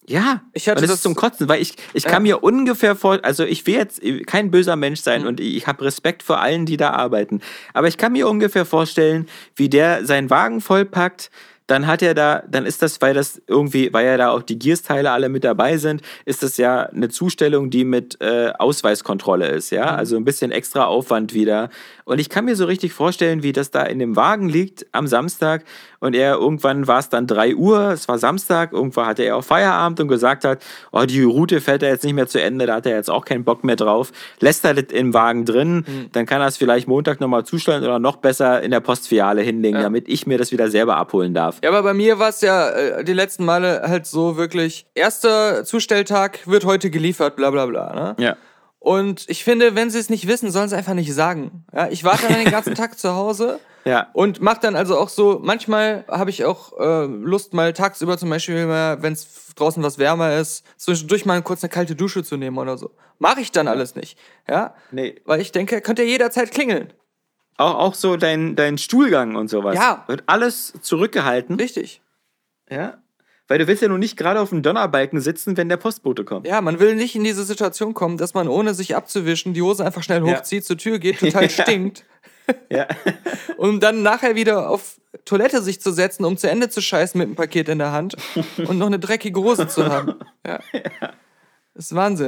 Ja, Ich hatte und das das ist zum Kotzen, weil ich kann mir ungefähr also ich will jetzt kein böser Mensch sein und ich habe Respekt vor allen, die da arbeiten, aber ich kann mir ungefähr vorstellen, wie der seinen Wagen vollpackt, dann ist das, weil ja da auch die Gears-Teile alle mit dabei sind, ist das ja eine Zustellung, die mit Ausweiskontrolle ist, ja, also ein bisschen extra Aufwand wieder. Und ich kann mir so richtig vorstellen, wie das da in dem Wagen liegt am Samstag und irgendwann war es dann 3 Uhr, es war Samstag, irgendwann hatte er auch Feierabend und gesagt hat, oh, die Route fällt er jetzt nicht mehr zu Ende, da hat er jetzt auch keinen Bock mehr drauf, lässt er das im Wagen drin, dann kann er es vielleicht Montag nochmal zustellen oder noch besser in der Postfiliale hinlegen, damit ich mir das wieder selber abholen darf. Ja, aber bei mir war es ja die letzten Male halt so wirklich, erster Zustelltag wird heute geliefert, bla bla bla. Ne? Ja. Und ich finde, wenn sie es nicht wissen, sollen sie einfach nicht sagen. Ja, ich warte dann den ganzen Tag zu Hause und mach dann also auch so, manchmal habe ich auch Lust, mal tagsüber zum Beispiel, wenn es draußen was wärmer ist, zwischendurch mal kurz eine kalte Dusche zu nehmen oder so. Mache ich dann alles nicht. Ja? Nee. Weil ich denke, könnte ja jederzeit klingeln. Auch so dein Stuhlgang und sowas. Ja. Wird alles zurückgehalten. Richtig. Ja. Weil du willst ja nur nicht gerade auf dem Donnerbalken sitzen, wenn der Postbote kommt. Ja, man will nicht in diese Situation kommen, dass man ohne sich abzuwischen die Hose einfach schnell hochzieht, zur Tür geht, total stinkt. Ja. Um dann nachher wieder auf Toilette sich zu setzen, um zu Ende zu scheißen mit dem Paket in der Hand und noch eine dreckige Hose zu haben. Ja. Das ist Wahnsinn.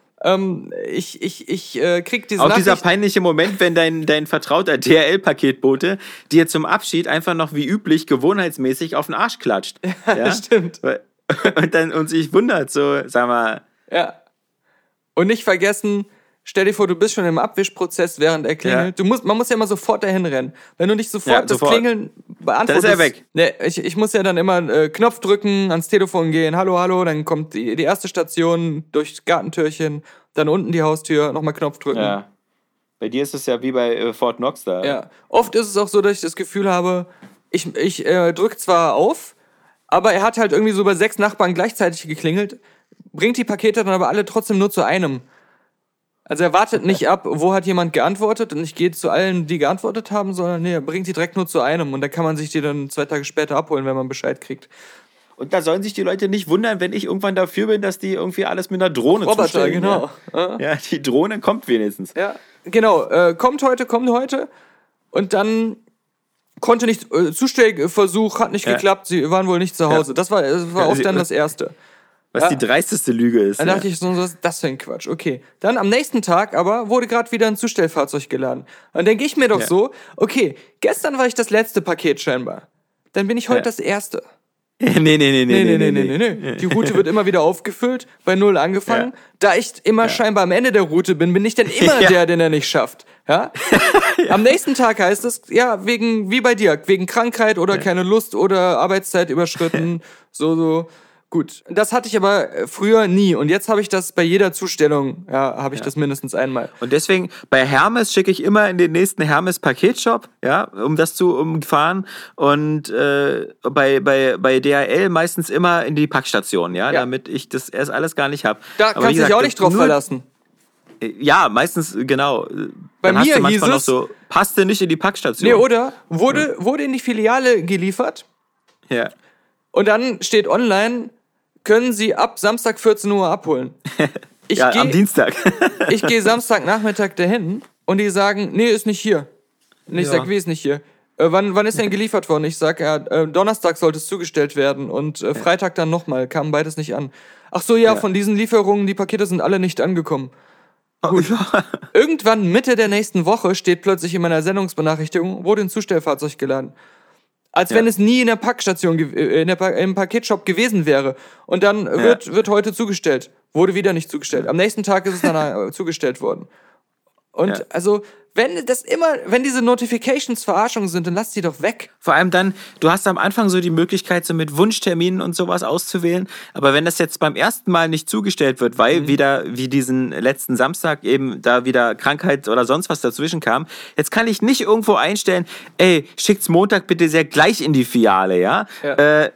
Ich krieg diese Auch Nachricht. dieser peinliche Moment, wenn dein vertrauter DHL-Paketbote dir zum Abschied einfach noch wie üblich gewohnheitsmäßig auf den Arsch klatscht. Ja, stimmt. Und sich wundert, so, sag mal. Ja. Und nicht vergessen, stell dir vor, du bist schon im Abwischprozess, während er klingelt. Ja. Man muss ja immer sofort dahin rennen. Wenn du nicht sofort das Klingeln beantwortest. Dann ist er weg. Ne, ich muss ja dann immer Knopf drücken, ans Telefon gehen, hallo, hallo, dann kommt die erste Station durchs Gartentürchen, dann unten die Haustür, nochmal Knopf drücken. Ja. Bei dir ist es ja wie bei Fort Knox da. Ja. Oft ist es auch so, dass ich das Gefühl habe, ich drücke zwar auf, aber er hat halt irgendwie so bei 6 Nachbarn gleichzeitig geklingelt, bringt die Pakete dann aber alle trotzdem nur zu einem. Also er wartet nicht ab, wo hat jemand geantwortet und ich gehe zu allen, die geantwortet haben, sondern nee, er bringt die direkt nur zu einem und dann kann man sich die dann 2 Tage später abholen, wenn man Bescheid kriegt. Und da sollen sich die Leute nicht wundern, wenn ich irgendwann dafür bin, dass die irgendwie alles mit einer Drohne Roboter, zustellen. genau. Ja, die Drohne kommt wenigstens. Ja, genau. Kommt heute. Und dann konnte nicht, Zustellversuch hat nicht geklappt, sie waren wohl nicht zu Hause. Das war auch dann das Erste. Was die dreisteste Lüge ist. Dann dachte ich so, was ist das für ein Quatsch? Okay. Dann am nächsten Tag aber wurde gerade wieder ein Zustellfahrzeug geladen. Dann denke ich mir doch so, okay, gestern war ich das letzte Paket scheinbar. Dann bin ich heute das Erste. Nee. Die Route wird immer wieder aufgefüllt, bei 0 angefangen. Ja. Da ich immer scheinbar am Ende der Route bin ich dann immer der, den er nicht schafft. Ja? Am nächsten Tag heißt es, wie bei dir, wegen Krankheit oder keine Lust oder Arbeitszeit überschritten, so. Gut, das hatte ich aber früher nie und jetzt habe ich das bei jeder Zustellung, habe ich das mindestens einmal. Und deswegen, bei Hermes schicke ich immer in den nächsten Hermes-Paketshop, um das zu umfahren und bei DHL meistens immer in die Packstation, damit ich das erst alles gar nicht habe. Da kannst du dich auch nicht drauf verlassen. Ja, meistens, genau. Bei dann mir hast du hieß manchmal noch es, so, passte nicht in die Packstation. Nee, oder? Wurde in die Filiale geliefert. Ja. Und dann steht online, können Sie ab Samstag 14 Uhr abholen. Am Dienstag. Ich gehe Samstagnachmittag dahin und die sagen, nee, ist nicht hier. Und ich sag, wie ist nicht hier? Wann ist denn geliefert worden? Ich sag, Donnerstag sollte es zugestellt werden und Freitag dann nochmal, kam beides nicht an. Ach so, von diesen Lieferungen, die Pakete sind alle nicht angekommen. Gut. Irgendwann Mitte der nächsten Woche steht plötzlich in meiner Sendungsbenachrichtigung, wurde ein Zustellfahrzeug geladen. Als wenn es nie in der Packstation, im Paketshop gewesen wäre. Und dann wird heute zugestellt. Wurde wieder nicht zugestellt. Am nächsten Tag ist es dann zugestellt worden. Und also, wenn diese Notifications Verarschung sind, dann lass die doch weg. Vor allem dann, du hast am Anfang so die Möglichkeit, so mit Wunschterminen und sowas auszuwählen. Aber wenn das jetzt beim ersten Mal nicht zugestellt wird, weil wieder, wie diesen letzten Samstag eben da wieder Krankheit oder sonst was dazwischen kam, jetzt kann ich nicht irgendwo einstellen, schickt's Montag bitte sehr gleich in die Filiale,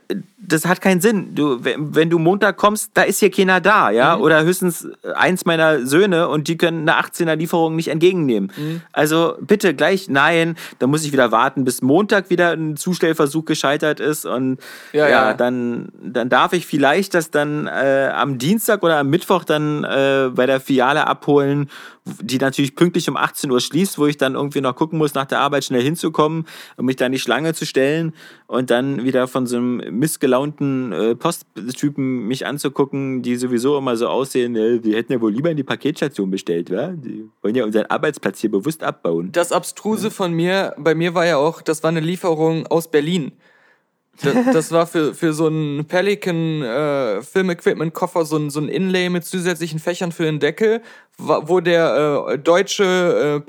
das hat keinen Sinn. Wenn du Montag kommst, da ist hier keiner da, ja? Oder höchstens eins meiner Söhne und die können eine 18er-Lieferung nicht entgegennehmen. Also bitte gleich nein, dann muss ich wieder warten, bis Montag wieder ein Zustellversuch gescheitert ist und dann darf ich vielleicht das dann am Dienstag oder am Mittwoch dann bei der Filiale abholen, die natürlich pünktlich um 18 Uhr schließt, wo ich dann irgendwie noch gucken muss, nach der Arbeit schnell hinzukommen, um mich da in die Schlange zu stellen und dann wieder von so einem missgelaunten Posttypen mich anzugucken, die sowieso immer so aussehen, die hätten ja wohl lieber in die Paketstation bestellt, wa? Die wollen ja unseren Arbeitsplatz hier bewusst abbauen. Das Abstruse bei mir war ja auch, das war eine Lieferung aus Berlin. Das war für so einen Pelican Film-Equipment-Koffer so ein Inlay mit zusätzlichen Fächern für den Deckel, wo der deutsche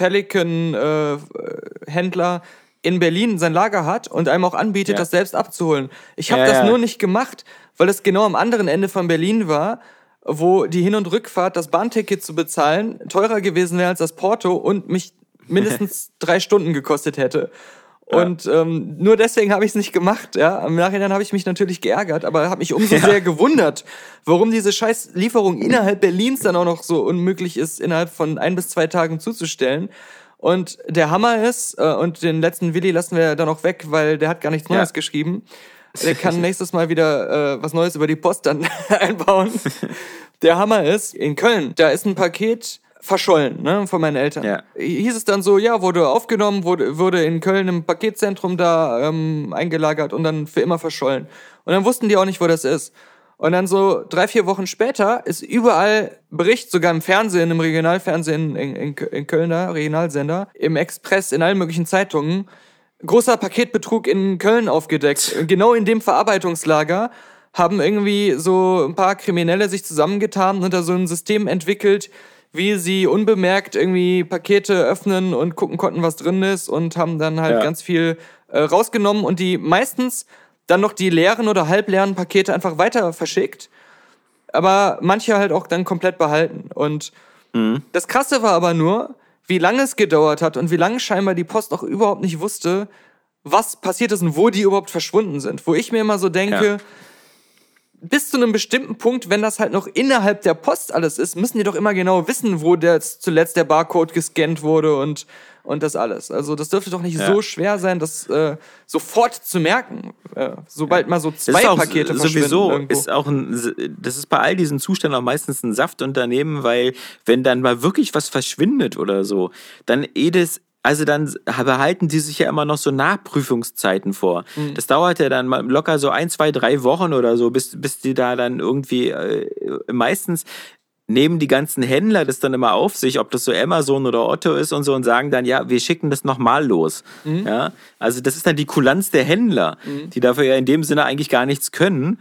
Pelican-Händler in Berlin sein Lager hat und einem auch anbietet, das selbst abzuholen. Ich habe das nur nicht gemacht, weil es genau am anderen Ende von Berlin war, wo die Hin- und Rückfahrt, das Bahnticket zu bezahlen, teurer gewesen wäre als das Porto und mich mindestens 3 Stunden gekostet hätte. Und nur deswegen habe ich es nicht gemacht. Ja, im Nachhinein habe ich mich natürlich geärgert, aber habe mich umso sehr gewundert, warum diese scheiß Lieferung innerhalb Berlins dann auch noch so unmöglich ist, innerhalb von 1 bis 2 Tagen zuzustellen. Und der Hammer ist, und den letzten Willi lassen wir dann auch weg, weil der hat gar nichts Neues geschrieben. Der kann nächstes Mal wieder was Neues über die Post dann einbauen. Der Hammer ist, in Köln, da ist ein Paket verschollen, ne, von meinen Eltern. Ja. Hieß es dann so, wurde aufgenommen, wurde in Köln im Paketzentrum da eingelagert und dann für immer verschollen. Und dann wussten die auch nicht, wo das ist. Und dann so 3-4 Wochen später ist überall Bericht, sogar im Fernsehen, im Regionalfernsehen in Köln da, Regionalsender, im Express, in allen möglichen Zeitungen, großer Paketbetrug in Köln aufgedeckt. Genau in dem Verarbeitungslager haben irgendwie so ein paar Kriminelle sich zusammengetan und da so ein System entwickelt, wie sie unbemerkt irgendwie Pakete öffnen und gucken konnten, was drin ist und haben dann halt ganz viel rausgenommen und die meistens dann noch die leeren oder halbleeren Pakete einfach weiter verschickt, aber manche halt auch dann komplett behalten. Und das Krasse war aber nur, wie lange es gedauert hat und wie lange scheinbar die Post auch überhaupt nicht wusste, was passiert ist und wo die überhaupt verschwunden sind. Wo ich mir immer so denke, bis zu einem bestimmten Punkt, wenn das halt noch innerhalb der Post alles ist, müssen die doch immer genau wissen, wo zuletzt der Barcode gescannt wurde und das alles. Also das dürfte doch nicht so schwer sein, das sofort zu merken, sobald mal so 2 Pakete verschwinden. Sowieso irgendwo. Das ist bei all diesen Zuständen auch meistens ein Saftunternehmen, weil wenn dann mal wirklich was verschwindet oder so, dann dann behalten die sich ja immer noch so Nachprüfungszeiten vor. Das dauert ja dann mal locker so 1, 2, 3 Wochen oder so, bis die da dann irgendwie meistens nehmen die ganzen Händler das dann immer auf sich, ob das so Amazon oder Otto ist und so und sagen dann, ja, wir schicken das nochmal los. Ja? Also das ist dann die Kulanz der Händler, die dafür ja in dem Sinne eigentlich gar nichts können.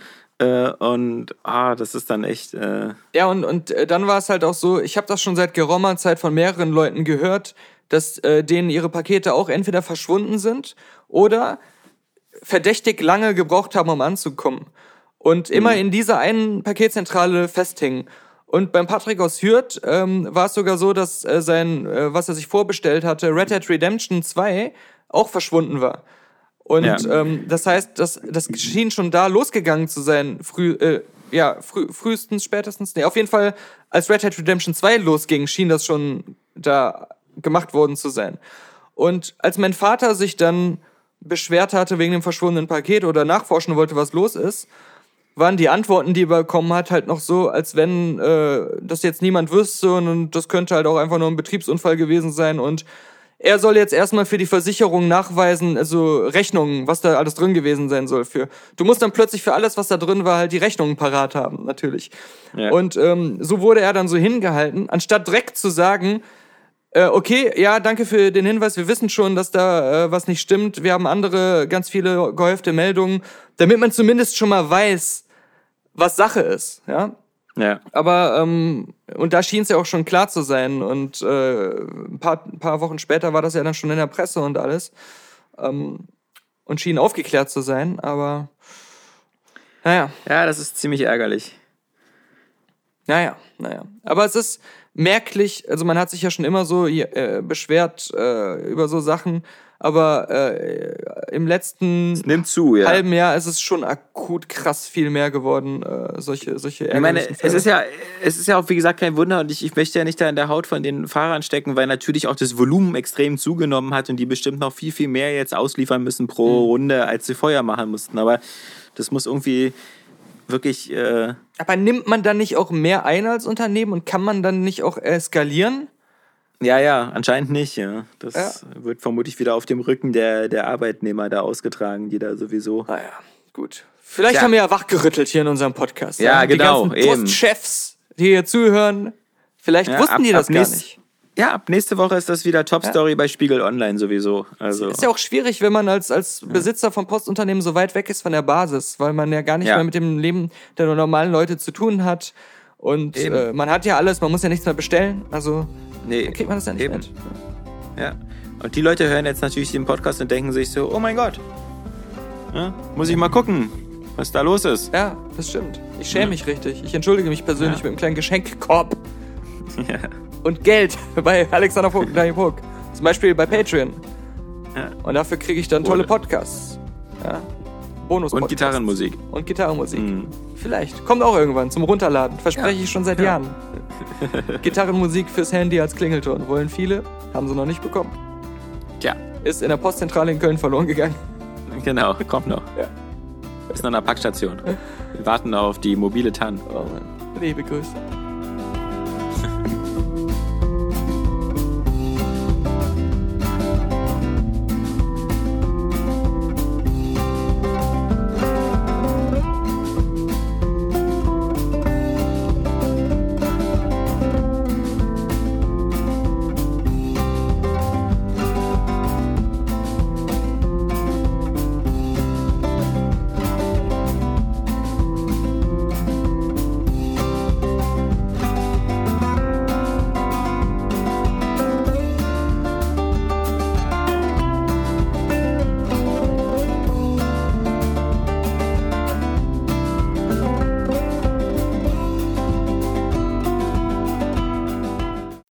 Das ist dann echt... Ja, und dann war es halt auch so, ich habe das schon seit geraumer Zeit von mehreren Leuten gehört, dass denen ihre Pakete auch entweder verschwunden sind oder verdächtig lange gebraucht haben, um anzukommen. Und immer in dieser einen Paketzentrale festhängen. Und beim Patrick aus Hürth war es sogar so, dass was er sich vorbestellt hatte, Red Dead Redemption 2, auch verschwunden war. Und das heißt, das schien schon da losgegangen zu sein, frühestens, spätestens. Nee, auf jeden Fall, als Red Dead Redemption 2 losging, schien das schon da gemacht worden zu sein. Und als mein Vater sich dann beschwert hatte wegen dem verschwundenen Paket oder nachforschen wollte, was los ist, waren die Antworten, die er bekommen hat, halt noch so, als wenn das jetzt niemand wüsste und das könnte halt auch einfach nur ein Betriebsunfall gewesen sein und er soll jetzt erstmal für die Versicherung nachweisen, also Rechnungen, was da alles drin gewesen sein soll. Du musst dann plötzlich für alles, was da drin war, halt die Rechnungen parat haben, natürlich. Ja. Und so wurde er dann so hingehalten, anstatt direkt zu sagen, okay, ja, danke für den Hinweis, wir wissen schon, dass da was nicht stimmt, wir haben andere, ganz viele gehäufte Meldungen, damit man zumindest schon mal weiß, was Sache ist, ja. Ja. Aber, und da schien es ja auch schon klar zu sein und ein paar Wochen später war das ja dann schon in der Presse und alles und schien aufgeklärt zu sein, aber naja. Ja, das ist ziemlich ärgerlich. Naja. Aber es ist merklich, also man hat sich ja schon immer so beschwert über so Sachen, aber im letzten halben Jahr ist es schon akut akut krass viel mehr geworden, solche Ich meine, Fälle. es ist ja auch, wie gesagt, kein Wunder und ich möchte ja nicht da in der Haut von den Fahrern stecken, weil natürlich auch das Volumen extrem zugenommen hat und die bestimmt noch viel, viel mehr jetzt ausliefern müssen pro Runde, als sie vorher machen mussten. Aber das muss irgendwie wirklich... Aber nimmt man dann nicht auch mehr ein als Unternehmen und kann man dann nicht auch skalieren? Ja, anscheinend nicht. Ja. Das wird vermutlich wieder auf dem Rücken der Arbeitnehmer da ausgetragen, die da sowieso... Naja, gut. Vielleicht haben wir ja wachgerüttelt hier in unserem Podcast. Ja, genau. Die ganzen Postchefs, die hier zuhören, vielleicht wussten die das gar nicht. Ja, ab nächste Woche ist das wieder Top-Story bei Spiegel Online sowieso. Also. Ist ja auch schwierig, wenn man als Besitzer vom Postunternehmen so weit weg ist von der Basis, weil man ja gar nicht mehr mit dem Leben der normalen Leute zu tun hat. Und man hat ja alles, man muss ja nichts mehr bestellen. Also dann kriegt man das ja nicht mit. Ja. Und die Leute hören jetzt natürlich den Podcast und denken sich so, oh mein Gott, muss ich mal gucken, was da los ist. Ja, das stimmt. Ich schäme mich richtig. Ich entschuldige mich persönlich mit einem kleinen Geschenkkorb. Ja. Und Geld bei Alexander Vogt und Daniel Vogt. Zum Beispiel bei Patreon. Ja. Und dafür kriege ich dann tolle Podcasts. Ja. Bonus-Podcasts. Und Gitarrenmusik. Vielleicht. Kommt auch irgendwann zum Runterladen. Verspreche ich schon seit Jahren. Gitarrenmusik fürs Handy als Klingelton. Wollen viele. Haben sie noch nicht bekommen. Tja. Ist in der Postzentrale in Köln verloren gegangen. Genau, kommt noch. Ja. Ist noch an der Packstation. Wir warten auf die mobile TAN. Oh Mann. Liebe Grüße.